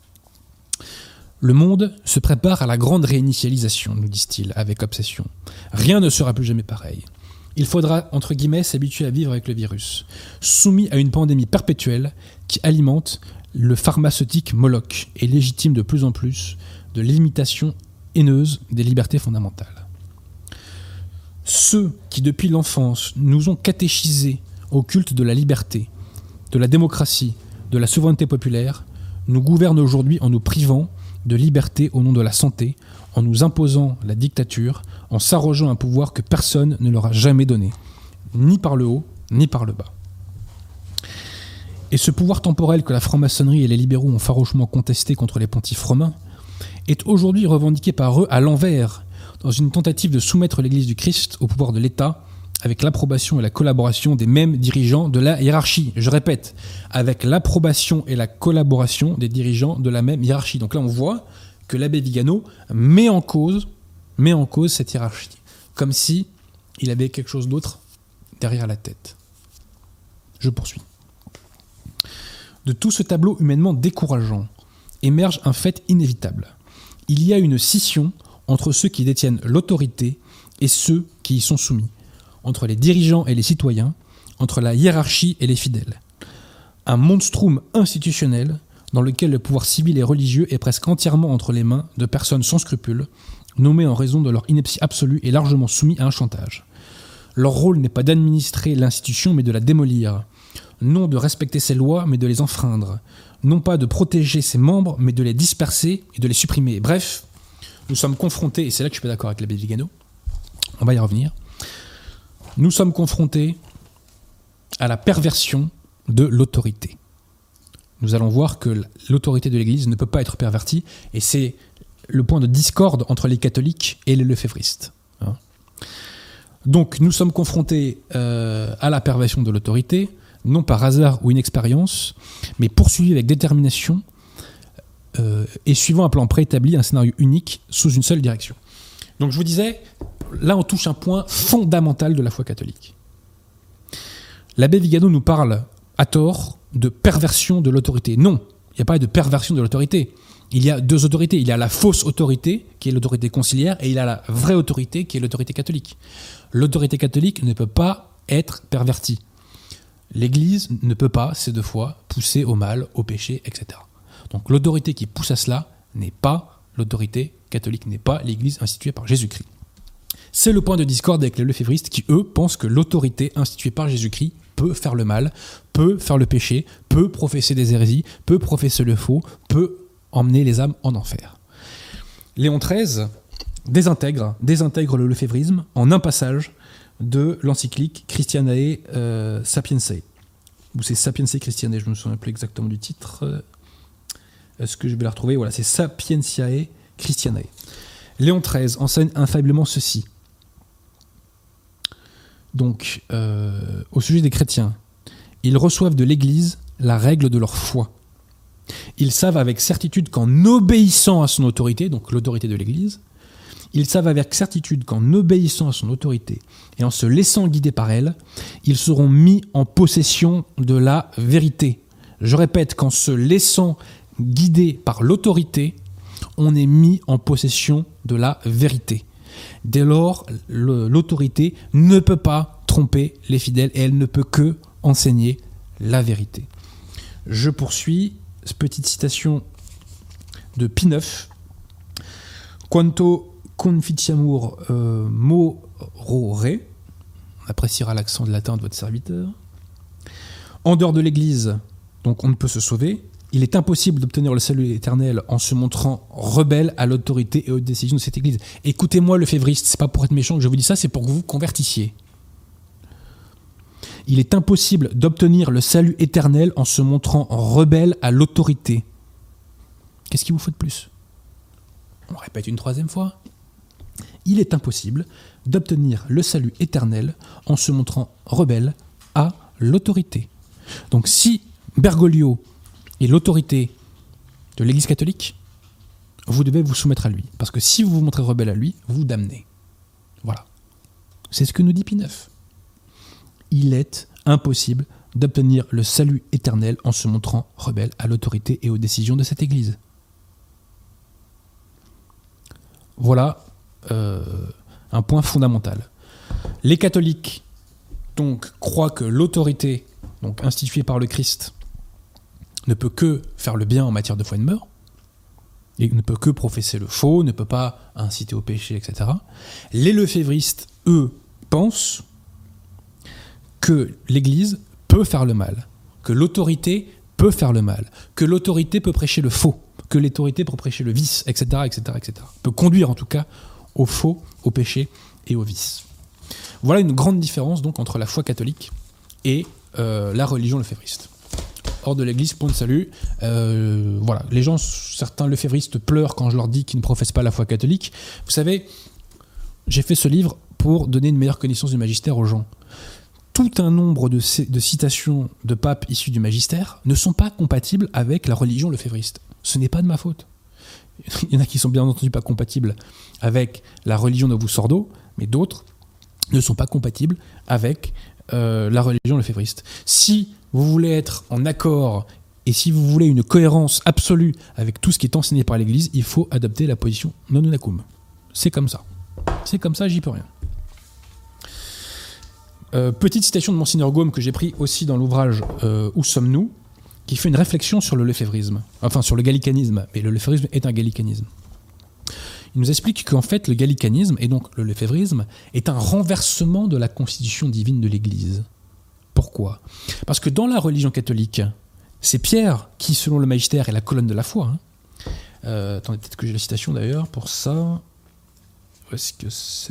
Le monde se prépare à la grande réinitialisation, nous disent-ils, avec obsession. Rien ne sera plus jamais pareil. Il faudra, entre guillemets, s'habituer à vivre avec le virus, soumis à une pandémie perpétuelle qui alimente le pharmaceutique Moloch et légitime de plus en plus de l'imitation haineuse des libertés fondamentales. Ceux qui, depuis l'enfance, nous ont catéchisés au culte de la liberté, de la démocratie, de la souveraineté populaire, nous gouvernent aujourd'hui en nous privant de liberté au nom de la santé, en nous imposant la dictature, en s'arrogeant un pouvoir que personne ne leur a jamais donné, ni par le haut, ni par le bas. Et ce pouvoir temporel que la franc-maçonnerie et les libéraux ont farouchement contesté contre les pontifes romains est aujourd'hui revendiqué par eux à l'envers, dans une tentative de soumettre l'Église du Christ au pouvoir de l'État avec l'approbation et la collaboration des mêmes dirigeants de la hiérarchie. Je répète, avec l'approbation et la collaboration des dirigeants de la même hiérarchie. Donc là, on voit que l'abbé Vigano met en cause, met en cause cette hiérarchie, comme si il avait quelque chose d'autre derrière la tête. Je poursuis. De tout ce tableau humainement décourageant émerge un fait inévitable. Il y a une scission entre ceux qui détiennent l'autorité et ceux qui y sont soumis, entre les dirigeants et les citoyens, entre la hiérarchie et les fidèles. Un monstrum institutionnel dans lequel le pouvoir civil et religieux est presque entièrement entre les mains de personnes sans scrupules, nommées en raison de leur ineptie absolue et largement soumis à un chantage. Leur rôle n'est pas d'administrer l'institution, mais de la démolir. Non de respecter ses lois, mais de les enfreindre. Non pas de protéger ses membres, mais de les disperser et de les supprimer. Bref, nous sommes confrontés, et c'est là que je suis pas d'accord avec l'abbé Vigano, on va y revenir, nous sommes confrontés à la perversion de l'autorité. Nous allons voir que l'autorité de l'Église ne peut pas être pervertie, et c'est le point de discorde entre les catholiques et les lefévristes. Hein. Donc nous sommes confrontés euh, à la perversion de l'autorité, non par hasard ou inexpérience, mais poursuivis avec détermination euh, et suivant un plan préétabli, un scénario unique, sous une seule direction. Donc je vous disais, là on touche un point fondamental de la foi catholique. L'abbé Vigano nous parle, à tort, de perversion de l'autorité. Non, il n'y a pas de perversion de l'autorité. Il y a deux autorités. Il y a la fausse autorité, qui est l'autorité conciliaire, et il y a la vraie autorité, qui est l'autorité catholique. L'autorité catholique ne peut pas être pervertie. L'Église ne peut pas, ces deux fois, pousser au mal, au péché, et cetera. Donc l'autorité qui pousse à cela n'est pas l'autorité catholique, n'est pas l'Église instituée par Jésus-Christ. C'est le point de discorde avec les lefévristes qui, eux, pensent que l'autorité instituée par Jésus-Christ peut faire le mal, peut faire le péché, peut professer des hérésies, peut professer le faux, peut emmener les âmes en enfer. Léon treize désintègre, désintègre le lefévrisme en un passage de l'encyclique Christianae euh, Sapientiae. Ou c'est Sapientiae Christianae, je ne me souviens plus exactement du titre. Est-ce que je vais la retrouver ? Voilà, c'est Sapientiae Christianae. Léon treize enseigne infailliblement ceci. Donc, euh, au sujet des chrétiens, ils reçoivent de l'Église la règle de leur foi. Ils savent avec certitude qu'en obéissant à son autorité, donc l'autorité de l'Église, ils savent avec certitude qu'en obéissant à son autorité et en se laissant guider par elle, ils seront mis en possession de la vérité. Je répète, qu'en se laissant guider par l'autorité, on est mis en possession de la vérité. Dès lors, le, l'autorité ne peut pas tromper les fidèles et elle ne peut que enseigner la vérité. Je poursuis, petite citation de Pie neuf. Quanto confitiamur euh, morore, on appréciera l'accent de latin de votre serviteur. En dehors de l'Église, donc on ne peut se sauver. Il est impossible d'obtenir le salut éternel en se montrant rebelle à l'autorité et aux décisions de cette Église. Écoutez-moi, lefévriste, c'est pas pour être méchant que je vous dis ça, c'est pour que vous vous convertissiez. Il est impossible d'obtenir le salut éternel en se montrant rebelle à l'autorité. Qu'est-ce qu'il vous faut de plus ? On répète une troisième fois. Il est impossible d'obtenir le salut éternel en se montrant rebelle à l'autorité. Donc si Bergoglio est l'autorité de l'Église catholique, vous devez vous soumettre à lui. Parce que si vous vous montrez rebelle à lui, vous vous damnez. Voilà. C'est ce que nous dit Pie neuf. Il est impossible d'obtenir le salut éternel en se montrant rebelle à l'autorité et aux décisions de cette Église. Voilà euh, un point fondamental. Les catholiques donc croient que l'autorité donc instituée par le Christ ne peut que faire le bien en matière de foi et de mœurs, et ne peut que professer le faux, ne peut pas inciter au péché, et cetera. Les lefévristes, eux, pensent que l'Église peut faire le mal, que l'autorité peut faire le mal, que l'autorité peut prêcher le faux, que l'autorité peut prêcher le vice, et cetera, et cetera, et cetera. Peut conduire en tout cas au faux, au péché et au vice. Voilà une grande différence donc entre la foi catholique et euh, la religion lefévriste. Hors de l'Église, point de salut. Euh, voilà, les gens, certains lefévristes pleurent quand je leur dis qu'ils ne professent pas la foi catholique. Vous savez, j'ai fait ce livre pour donner une meilleure connaissance du magistère aux gens. Tout un nombre de, de citations de papes issus du magistère ne sont pas compatibles avec la religion lefévriste. Ce n'est pas de ma faute. Il y en a qui sont bien entendu pas compatibles avec la religion Novus Ordo, mais d'autres ne sont pas compatibles avec euh, la religion lefévriste. Si vous voulez être en accord et si vous voulez une cohérence absolue avec tout ce qui est enseigné par l'Église, il faut adopter la position non unacum. C'est comme ça. C'est comme ça, j'y peux rien. Euh, petite citation de Monseigneur Gaume que j'ai pris aussi dans l'ouvrage euh, Où sommes-nous, qui fait une réflexion sur le lefévrisme, enfin sur le gallicanisme, mais le lefévrisme est un gallicanisme. Il nous explique qu'en fait le gallicanisme, et donc le lefévrisme, est un renversement de la constitution divine de l'Église. Pourquoi ? Parce que dans la religion catholique, c'est Pierre qui, selon le magistère, est la colonne de la foi. Hein. Euh, attendez, peut-être que j'ai la citation d'ailleurs pour ça. Où est-ce que c'est ?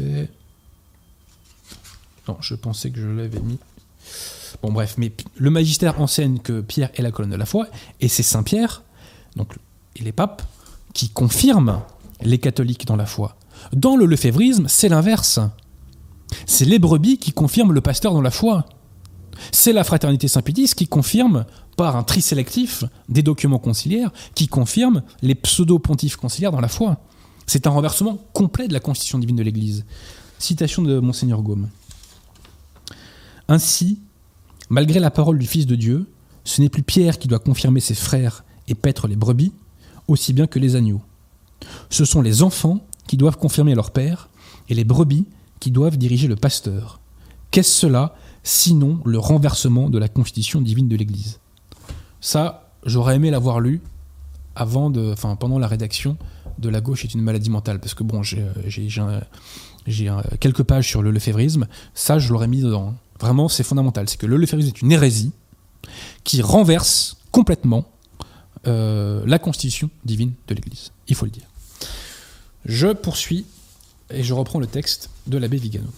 Non, je pensais que je l'avais mis. Bon bref, mais le magistère enseigne que Pierre est la colonne de la foi, et c'est Saint Pierre, donc, et les papes, qui confirment les catholiques dans la foi. Dans le lefévrisme, c'est l'inverse. C'est les brebis qui confirment le pasteur dans la foi. C'est la fraternité Saint-Pédis qui confirme, par un tri sélectif des documents conciliaires, qui confirme les pseudo-pontifes conciliaires dans la foi. C'est un renversement complet de la constitution divine de l'Église. Citation de Monseigneur Gaume. Ainsi, malgré la parole du Fils de Dieu, ce n'est plus Pierre qui doit confirmer ses frères et paître les brebis, aussi bien que les agneaux. Ce sont les enfants qui doivent confirmer leur père, et les brebis qui doivent diriger le pasteur. Qu'est-ce cela, sinon le renversement de la constitution divine de l'Église ? Ça, j'aurais aimé l'avoir lu avant de, enfin, pendant la rédaction de La gauche est une maladie mentale, parce que bon, j'ai, j'ai, j'ai, un, j'ai un, quelques pages sur le lefévrisme, ça je l'aurais mis dedans. Vraiment, c'est fondamental. C'est que le lefévrisme est une hérésie qui renverse complètement euh, la constitution divine de l'Église. Il faut le dire. Je poursuis et je reprends le texte de l'abbé Vigano.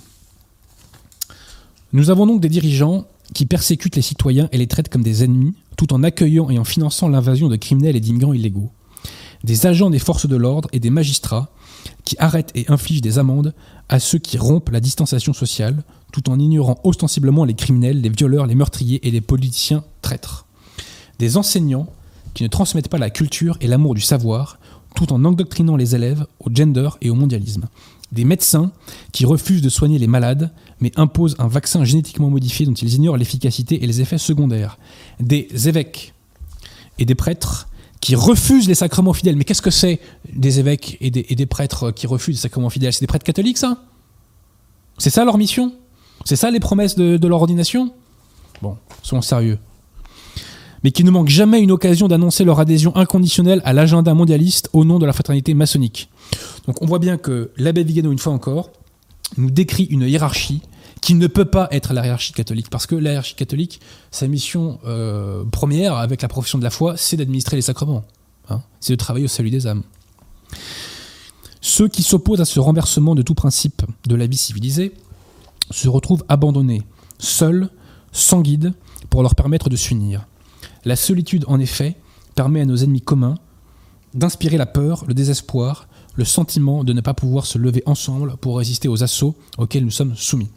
Nous avons donc des dirigeants qui persécutent les citoyens et les traitent comme des ennemis, tout en accueillant et en finançant l'invasion de criminels et d'immigrants illégaux. Des agents des forces de l'ordre et des magistrats qui arrêtent et infligent des amendes à ceux qui rompent la distanciation sociale, tout en ignorant ostensiblement les criminels, les violeurs, les meurtriers et les politiciens traîtres. Des enseignants qui ne transmettent pas la culture et l'amour du savoir, tout en endoctrinant les élèves au gender et au mondialisme. Des médecins qui refusent de soigner les malades, mais imposent un vaccin génétiquement modifié dont ils ignorent l'efficacité et les effets secondaires. Des évêques et des prêtres qui refusent les sacrements fidèles. Mais qu'est-ce que c'est des évêques et des, et des prêtres qui refusent les sacrements fidèles ? C'est des prêtres catholiques, ça ? C'est ça leur mission ? C'est ça les promesses de, de leur ordination ? Bon, soyons sérieux. Mais qui ne manquent jamais une occasion d'annoncer leur adhésion inconditionnelle à l'agenda mondialiste au nom de la fraternité maçonnique. Donc on voit bien que l'abbé Vigano, une fois encore, nous décrit une hiérarchie qui ne peut pas être la hiérarchie catholique, parce que la hiérarchie catholique, sa mission euh, première, avec la profession de la foi, c'est d'administrer les sacrements. Hein, c'est de travailler au salut des âmes. Ceux qui s'opposent à ce renversement de tout principe de la vie civilisée se retrouvent abandonnés, seuls, sans guide, pour leur permettre de s'unir. La solitude, en effet, permet à nos ennemis communs d'inspirer la peur, le désespoir, le sentiment de ne pas pouvoir se lever ensemble pour résister aux assauts auxquels nous sommes soumis.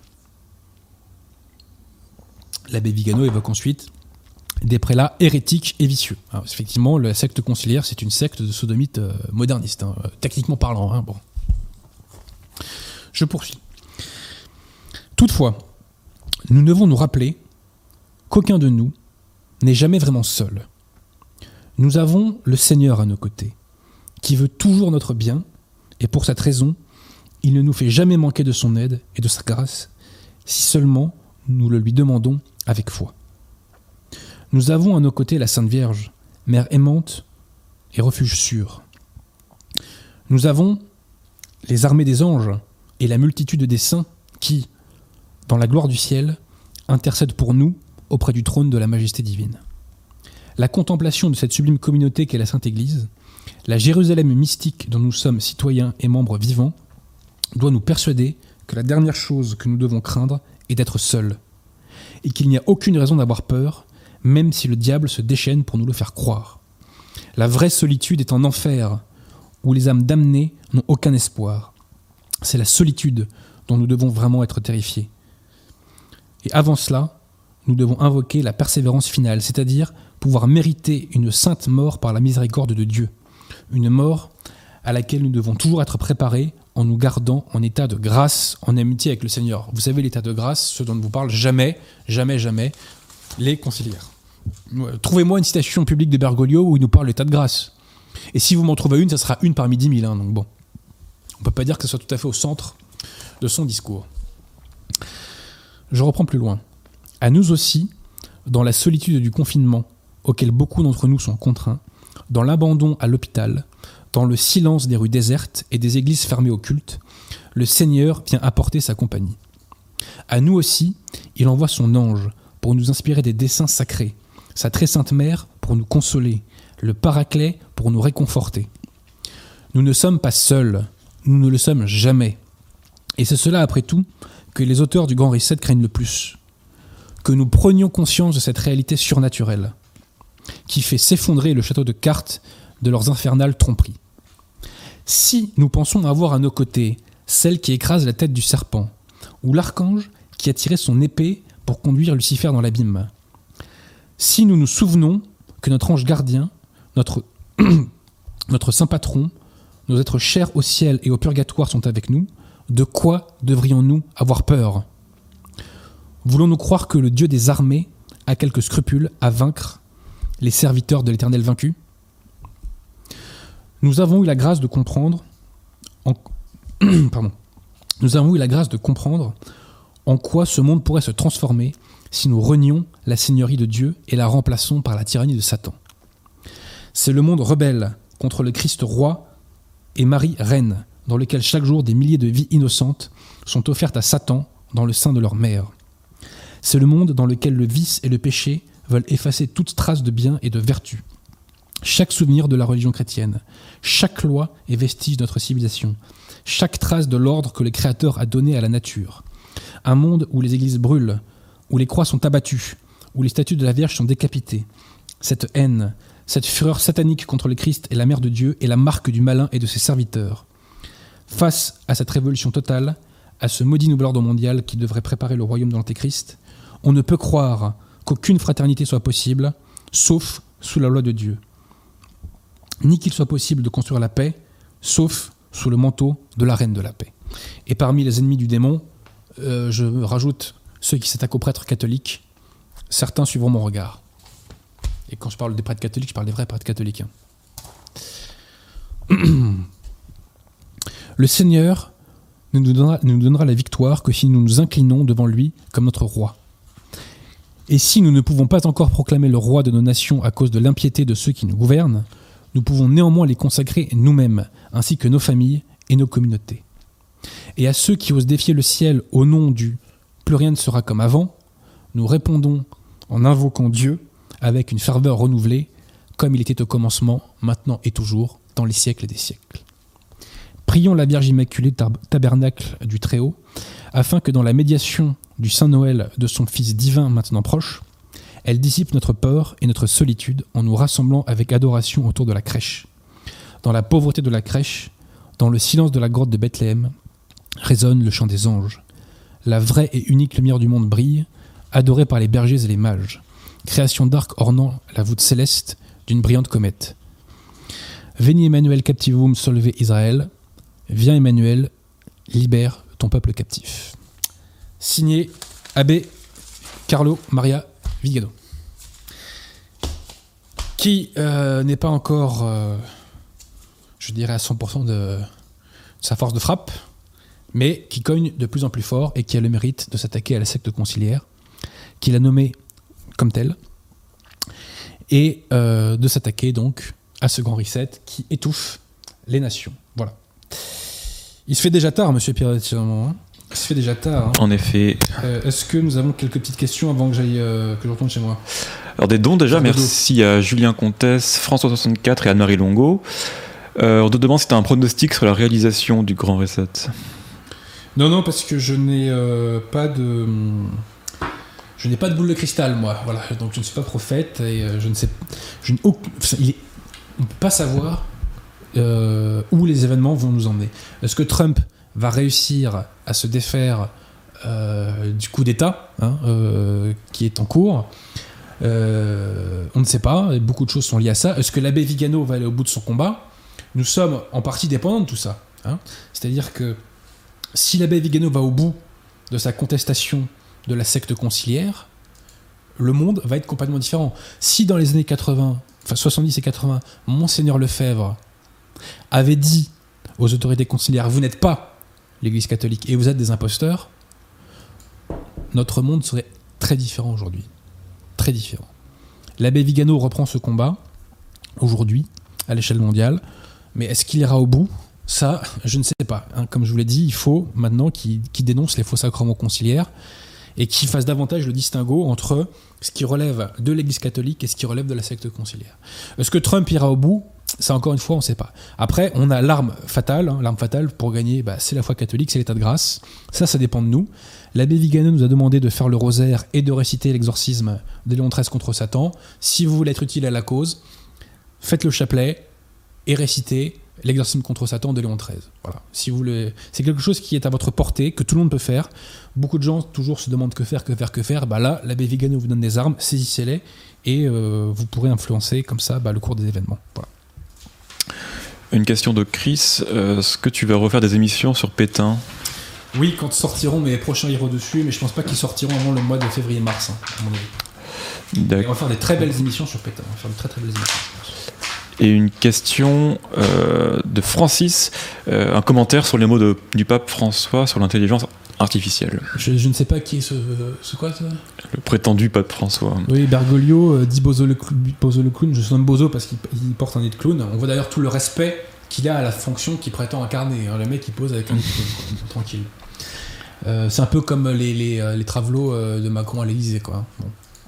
L'abbé Vigano évoque ensuite des prélats hérétiques et vicieux. Alors, effectivement, la secte conciliaire, c'est une secte de sodomites euh, modernistes, hein, techniquement parlant. Hein, bon. Je poursuis. Toutefois, nous devons nous rappeler qu'aucun de nous n'est jamais vraiment seul. Nous avons le Seigneur à nos côtés, qui veut toujours notre bien, et pour cette raison, il ne nous fait jamais manquer de son aide et de sa grâce, si seulement nous le lui demandons avec foi. Nous avons à nos côtés la Sainte Vierge, mère aimante et refuge sûr. Nous avons les armées des anges et la multitude des saints qui, dans la gloire du ciel, intercèdent pour nous auprès du trône de la majesté divine. La contemplation de cette sublime communauté qu'est la Sainte Église, la Jérusalem mystique dont nous sommes citoyens et membres vivants, doit nous persuader que la dernière chose que nous devons craindre est d'être seuls, et qu'il n'y a aucune raison d'avoir peur, même si le diable se déchaîne pour nous le faire croire. La vraie solitude est en enfer, où les âmes damnées n'ont aucun espoir. C'est la solitude dont nous devons vraiment être terrifiés. Et avant cela, nous devons invoquer la persévérance finale, c'est-à-dire pouvoir mériter une sainte mort par la miséricorde de Dieu. Une mort à laquelle nous devons toujours être préparés en nous gardant en état de grâce, en amitié avec le Seigneur. Vous savez, l'état de grâce, ce dont ne vous parle jamais, jamais, jamais, les conciliaires. Trouvez-moi une citation publique de Bergoglio où il nous parle de l'état de grâce. Et si vous m'en trouvez une, ça sera une parmi dix mille. Hein, donc bon, on ne peut pas dire que ce soit tout à fait au centre de son discours. Je reprends plus loin. À nous aussi, dans la solitude du confinement, auquel beaucoup d'entre nous sont contraints, dans l'abandon à l'hôpital, dans le silence des rues désertes et des églises fermées au culte, le Seigneur vient apporter sa compagnie. À nous aussi, il envoie son ange pour nous inspirer des desseins sacrés, sa très sainte mère pour nous consoler, le paraclet pour nous réconforter. Nous ne sommes pas seuls, nous ne le sommes jamais. Et c'est cela, après tout, que les auteurs du Grand Reset craignent le plus. Que nous prenions conscience de cette réalité surnaturelle, qui fait s'effondrer le château de cartes de leurs infernales tromperies. Si nous pensons avoir à nos côtés celle qui écrase la tête du serpent, ou l'archange qui a tiré son épée pour conduire Lucifer dans l'abîme, si nous nous souvenons que notre ange gardien, notre, notre saint patron, nos êtres chers au ciel et au purgatoire sont avec nous, de quoi devrions-nous avoir peur ? Voulons-nous croire que le Dieu des armées a quelques scrupules à vaincre les serviteurs de l'Éternel vaincu ? Nous avons eu la grâce de comprendre en... Pardon. Nous avons eu la grâce de comprendre en quoi ce monde pourrait se transformer si nous renions la seigneurie de Dieu et la remplaçons par la tyrannie de Satan. C'est le monde rebelle contre le Christ roi et Marie reine, dans lequel chaque jour des milliers de vies innocentes sont offertes à Satan dans le sein de leur mère. C'est le monde dans lequel le vice et le péché veulent effacer toute trace de bien et de vertu. Chaque souvenir de la religion chrétienne, chaque loi est vestige de notre civilisation, chaque trace de l'ordre que le Créateur a donné à la nature. Un monde où les églises brûlent, où les croix sont abattues, où les statues de la Vierge sont décapitées. Cette haine, cette fureur satanique contre le Christ et la Mère de Dieu est la marque du malin et de ses serviteurs. Face à cette révolution totale, à ce maudit nouvel ordre mondial qui devrait préparer le royaume de l'Antéchrist, on ne peut croire qu'aucune fraternité soit possible, sauf sous la loi de Dieu. Ni qu'il soit possible de construire la paix, sauf sous le manteau de la reine de la paix. Et parmi les ennemis du démon, euh, je rajoute ceux qui s'attaquent aux prêtres catholiques. Certains suivront mon regard. Et quand je parle des prêtres catholiques, je parle des vrais prêtres catholiques. Hein. Le Seigneur ne nous donnera, ne nous donnera la victoire que si nous nous inclinons devant lui comme notre roi. Et si nous ne pouvons pas encore proclamer le roi de nos nations à cause de l'impiété de ceux qui nous gouvernent, nous pouvons néanmoins les consacrer nous-mêmes, ainsi que nos familles et nos communautés. Et à ceux qui osent défier le ciel au nom du « plus rien ne sera comme avant », nous répondons en invoquant Dieu avec une ferveur renouvelée, comme il était au commencement, maintenant et toujours, dans les siècles des siècles. Prions la Vierge Immaculée tabernacle du Très-Haut, afin que dans la médiation du Saint Noël de son Fils divin maintenant proche, elle dissipe notre peur et notre solitude en nous rassemblant avec adoration autour de la crèche. Dans la pauvreté de la crèche, dans le silence de la grotte de Bethléem, résonne le chant des anges. La vraie et unique lumière du monde brille, adorée par les bergers et les mages. Création d'arc ornant la voûte céleste d'une brillante comète. Veni Emmanuel captivum solve Israël. Viens Emmanuel, libère ton peuple captif. Signé Abbé Carlo Maria Vigado, qui euh, n'est pas encore, euh, je dirais, à cent pour cent de, de sa force de frappe, mais qui cogne de plus en plus fort et qui a le mérite de s'attaquer à la secte conciliaire, qu'il a nommée comme telle, et euh, de s'attaquer donc à ce grand reset qui étouffe les nations. Voilà. Il se fait déjà tard, monsieur Pierre, il se fait déjà tard. Hein. En effet. Euh, est-ce que nous avons quelques petites questions avant que j'aille euh, que je retourne chez moi ? Alors des dons déjà, Des merci dons. À Julien Comtesse, François soixante-quatre et Anne-Marie Longo. Euh, on te demande si tu as un pronostic sur la réalisation du Grand Reset. Non, non, parce que je n'ai euh, pas de... Je n'ai pas de boule de cristal, moi. Voilà. Donc je ne suis pas prophète et euh, je ne sais... Je n'ai aucun... enfin, il est... On ne peut pas savoir euh, où les événements vont nous emmener. Est-ce que Trump va réussir à se défaire euh, du coup d'État hein, euh, qui est en cours. Euh, on ne sait pas, beaucoup de choses sont liées à ça. Est-ce que l'abbé Vigano va aller au bout de son combat ? Nous sommes en partie dépendants de tout ça. Hein. C'est-à-dire que si l'abbé Vigano va au bout de sa contestation de la secte conciliaire, le monde va être complètement différent. Si dans les années quatre-vingts, enfin soixante-dix et quatre-vingts, Monseigneur Lefebvre avait dit aux autorités conciliaires « Vous n'êtes pas l'Église catholique et vous êtes des imposteurs », notre monde serait très différent aujourd'hui. Très différent. L'abbé Vigano reprend ce combat aujourd'hui à l'échelle mondiale, mais est-ce qu'il ira au bout ? Ça, je ne sais pas. Hein. Comme je vous l'ai dit, il faut maintenant qu'il, qu'il dénonce les faux sacrements conciliaires et qu'il fasse davantage le distinguo entre ce qui relève de l'Église catholique et ce qui relève de la secte conciliaire. Est-ce que Trump ira au bout ? Ça, encore une fois, on ne sait pas. Après, on a l'arme fatale. Hein, l'arme fatale pour gagner, bah, c'est la foi catholique, c'est l'état de grâce. Ça, ça dépend de nous. L'abbé Vigano nous a demandé de faire le rosaire et de réciter l'exorcisme de Léon treize contre Satan. Si vous voulez être utile à la cause, faites le chapelet et récitez l'exorcisme contre Satan de Léon treize. Voilà. Si vous voulez... C'est quelque chose qui est à votre portée, que tout le monde peut faire. Beaucoup de gens toujours se demandent que faire, que faire, que faire. Bah là, l'abbé Vigano vous donne des armes, saisissez-les et euh, vous pourrez influencer comme ça bah, le cours des événements. Voilà. Une question de Chris. Euh, est-ce que tu vas refaire des émissions sur Pétain ? Oui, quand sortiront mes prochains héros dessus, mais je pense pas qu'ils sortiront avant le mois de février-mars, hein, à mon avis. D'accord. Et on va faire des très belles émissions sur Pétain. On va faire de très très belles émissions. Et une question euh, de Francis, euh, un commentaire sur les mots de, du pape François sur l'intelligence artificielle. Je, je ne sais pas qui est ce, ce quoi ça ? Le prétendu pape François. Oui, Bergoglio euh, dit Bozo le, cl- Bozo le clown. Je suis nomme Bozo parce qu'il il porte un nez de clown. On voit d'ailleurs tout le respect qu'il a à la fonction qu'il prétend incarner. Hein. Le mec il pose avec un nez de clown, tranquille. Euh, c'est un peu comme les, les, les travelots de Macron à l'Élysée, quoi. Bon.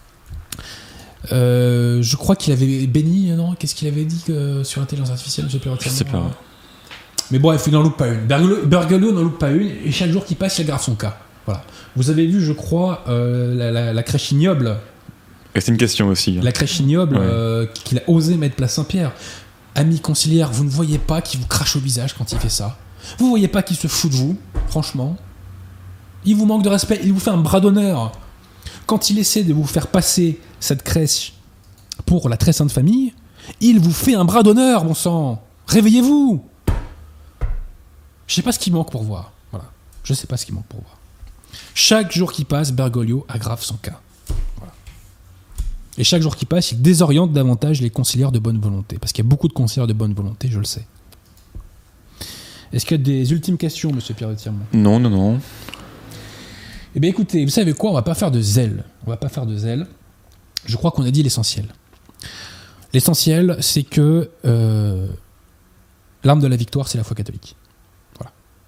Euh, je crois qu'il avait béni, non ? Qu'est-ce qu'il avait dit euh, sur l'intelligence artificielle ? Je sais pas. Je sais pas. Mais bref, il n'en loupe pas une. Bergoglio n'en loupe pas une, et chaque jour qui passe, il aggrave son cas. Voilà. Vous avez vu, je crois, euh, la, la, la crèche ignoble. Et c'est une question aussi. Hein. La crèche ignoble ouais. euh, qu'il a osé mettre place Saint-Pierre. Amis conciliaires, vous ne voyez pas qu'il vous crache au visage quand il fait ça ? Vous ne voyez pas qu'il se fout de vous ? Franchement. Il vous manque de respect, il vous fait un bras d'honneur. Quand il essaie de vous faire passer cette crèche pour la très sainte famille, il vous fait un bras d'honneur, bon sang. Réveillez-vous. Je sais pas ce qui manque pour voir. Voilà. Je sais pas ce qui manque pour voir. Chaque jour qui passe, Bergoglio aggrave son cas. Voilà. Et chaque jour qui passe, il désoriente davantage les conciliaires de bonne volonté. Parce qu'il y a beaucoup de conciliaires de bonne volonté, je le sais. Est-ce qu'il y a des ultimes questions, monsieur Pierre de Tirmont ? Non, non, non. Eh bien écoutez, vous savez quoi ? On va pas faire de zèle. On va pas faire de zèle. Je crois qu'on a dit l'essentiel. L'essentiel, c'est que euh, l'arme de la victoire, c'est la foi catholique. Voilà.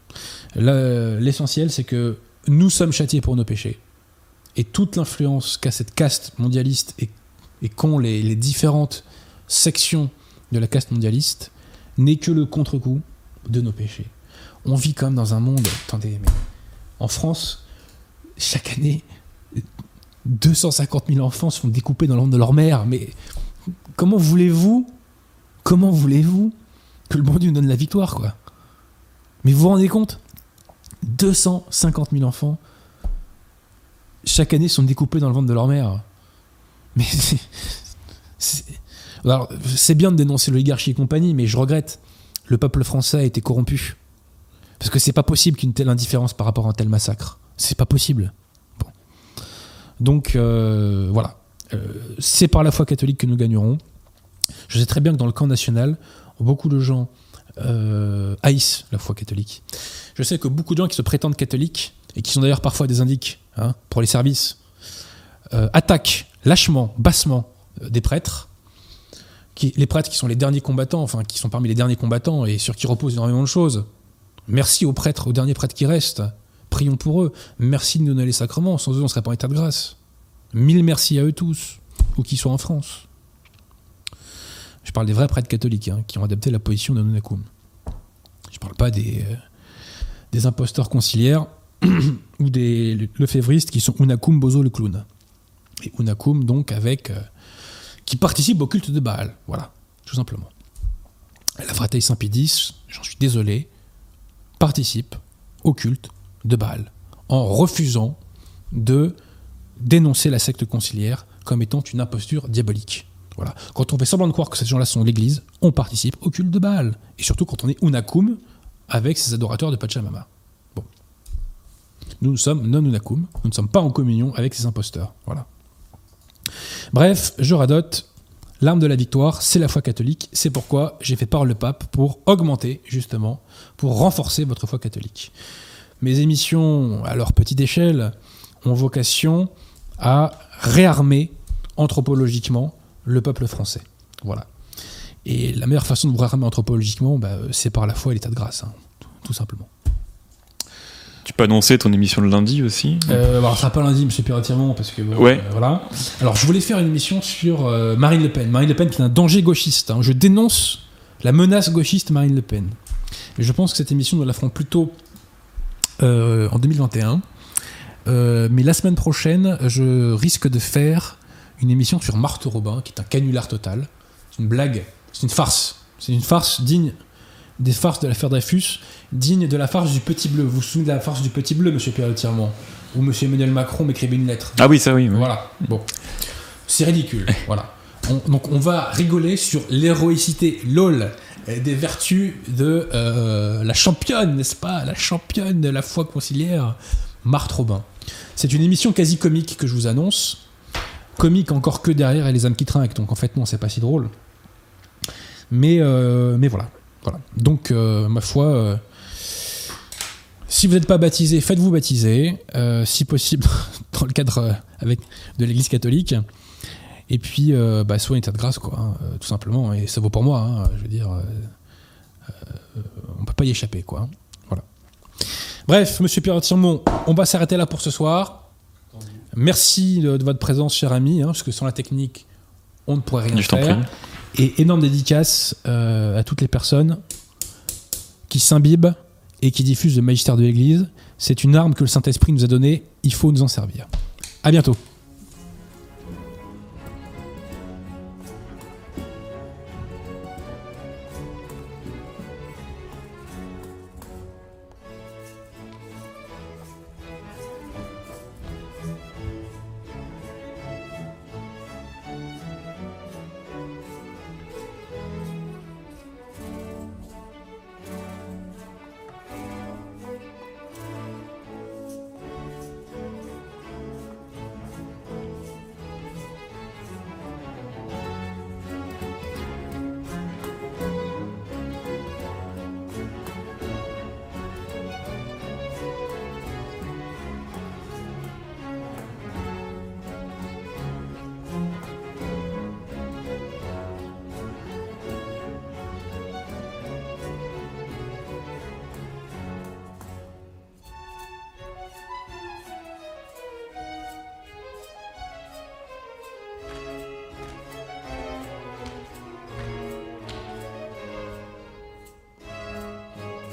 Le, l'essentiel, c'est que nous sommes châtiés pour nos péchés. Et toute l'influence qu'a cette caste mondialiste et, et qu'ont les, les différentes sections de la caste mondialiste n'est que le contre-coup de nos péchés. On vit comme dans un monde... Attendez, mais en France... Chaque année, deux cent cinquante mille enfants sont découpés dans le ventre de leur mère. Mais comment voulez-vous, comment voulez-vous que le bon Dieu nous donne la victoire, quoi ? Mais vous vous rendez compte ? deux cent cinquante mille enfants, chaque année, sont découpés dans le ventre de leur mère. Mais c'est, c'est, alors, c'est bien de dénoncer l'oligarchie et compagnie, mais je regrette. Le peuple français a été corrompu. Parce que c'est pas possible qu'une telle indifférence par rapport à un tel massacre. C'est pas possible. Bon. Donc, euh, voilà. Euh, c'est par la foi catholique que nous gagnerons. Je sais très bien que dans le camp national, beaucoup de gens euh, haïssent la foi catholique. Je sais que beaucoup de gens qui se prétendent catholiques, et qui sont d'ailleurs parfois des indiques hein, pour les services, euh, attaquent lâchement, bassement euh, des prêtres, qui, les prêtres qui sont les derniers combattants, enfin qui sont parmi les derniers combattants et sur qui reposent énormément de choses. Merci aux prêtres, aux derniers prêtres qui restent. Prions pour eux. Merci de nous donner les sacrements. Sans eux, on ne serait pas en état de grâce. Mille merci à eux tous, où qu'ils soient en France. Je parle des vrais prêtres catholiques hein, qui ont adapté la position de Nunacum. Je ne parle pas des, euh, des imposteurs conciliaires ou des lefévristes qui sont Unacum, Bozo, le clown. Et Unacum, donc, avec... Euh, qui participent au culte de Baal. Voilà, tout simplement. La Fratelli Saint-Pédis, j'en suis désolé, participe au culte de Baal, en refusant de dénoncer la secte conciliaire comme étant une imposture diabolique. Voilà. Quand on fait semblant de croire que ces gens-là sont l'Église, on participe au culte de Baal. Et surtout quand on est Unakum avec ses adorateurs de Pachamama. Bon. Nous, nous sommes non Unakum, nous ne sommes pas en communion avec ces imposteurs. Voilà. Bref, je radote. L'arme de la victoire, c'est la foi catholique. C'est pourquoi j'ai fait parole le pape pour augmenter, justement, pour renforcer votre foi catholique. Mes émissions, à leur petite échelle, ont vocation à réarmer anthropologiquement le peuple français. Voilà. Et la meilleure façon de vous réarmer anthropologiquement, bah, c'est par la foi et l'état de grâce, hein, tout, tout simplement. Tu peux annoncer ton émission le lundi aussi euh, Alors, ça sera pas lundi, monsieur Pierre-Tirmont, parce que bon, ouais. euh, voilà. Alors, je voulais faire une émission sur euh, Marine Le Pen. Marine Le Pen qui est un danger gauchiste. Hein. Je dénonce la menace gauchiste Marine Le Pen. Et je pense que cette émission, nous la ferons plutôt euh, en deux mille vingt et un. Euh, mais la semaine prochaine, je risque de faire une émission sur Marthe Robin, qui est un canular total. C'est une blague, c'est une farce. C'est une farce digne des farces de l'affaire Dreyfus, digne de la farce du Petit Bleu. Vous vous souvenez de la farce du Petit Bleu, monsieur Pierre-Tirmont, où monsieur Emmanuel Macron m'écrivait une lettre. Ah oui, ça oui. oui. Voilà, bon. C'est ridicule, voilà. On, donc on va rigoler sur l'héroïcité, lol, des vertus de euh, la championne, n'est-ce pas, la championne de la foi conciliaire, Marthe Robin. C'est une émission quasi comique que je vous annonce. Comique encore que derrière et les âmes qui trinquent, donc en fait non, c'est pas si drôle. Mais, euh, mais voilà. voilà. Donc, euh, ma foi, euh, si vous n'êtes pas baptisé, faites-vous baptiser, euh, si possible, dans le cadre euh, avec, de l'Église catholique. Et puis, euh, bah, soyez en état de grâce, quoi, hein, euh, tout simplement. Et ça vaut pour moi, hein, je veux dire, euh, euh, on ne peut pas y échapper, quoi. Hein, voilà. Bref, monsieur Pierre-Tirmont, on va s'arrêter là pour ce soir. Merci de, de votre présence, cher ami, hein, parce que sans la technique, on ne pourrait rien Je t'en faire. prie. Et énorme dédicace euh, à toutes les personnes qui s'imbibent et qui diffusent le magistère de l'Église. C'est une arme que le Saint-Esprit nous a donnée, il faut nous en servir. À bientôt.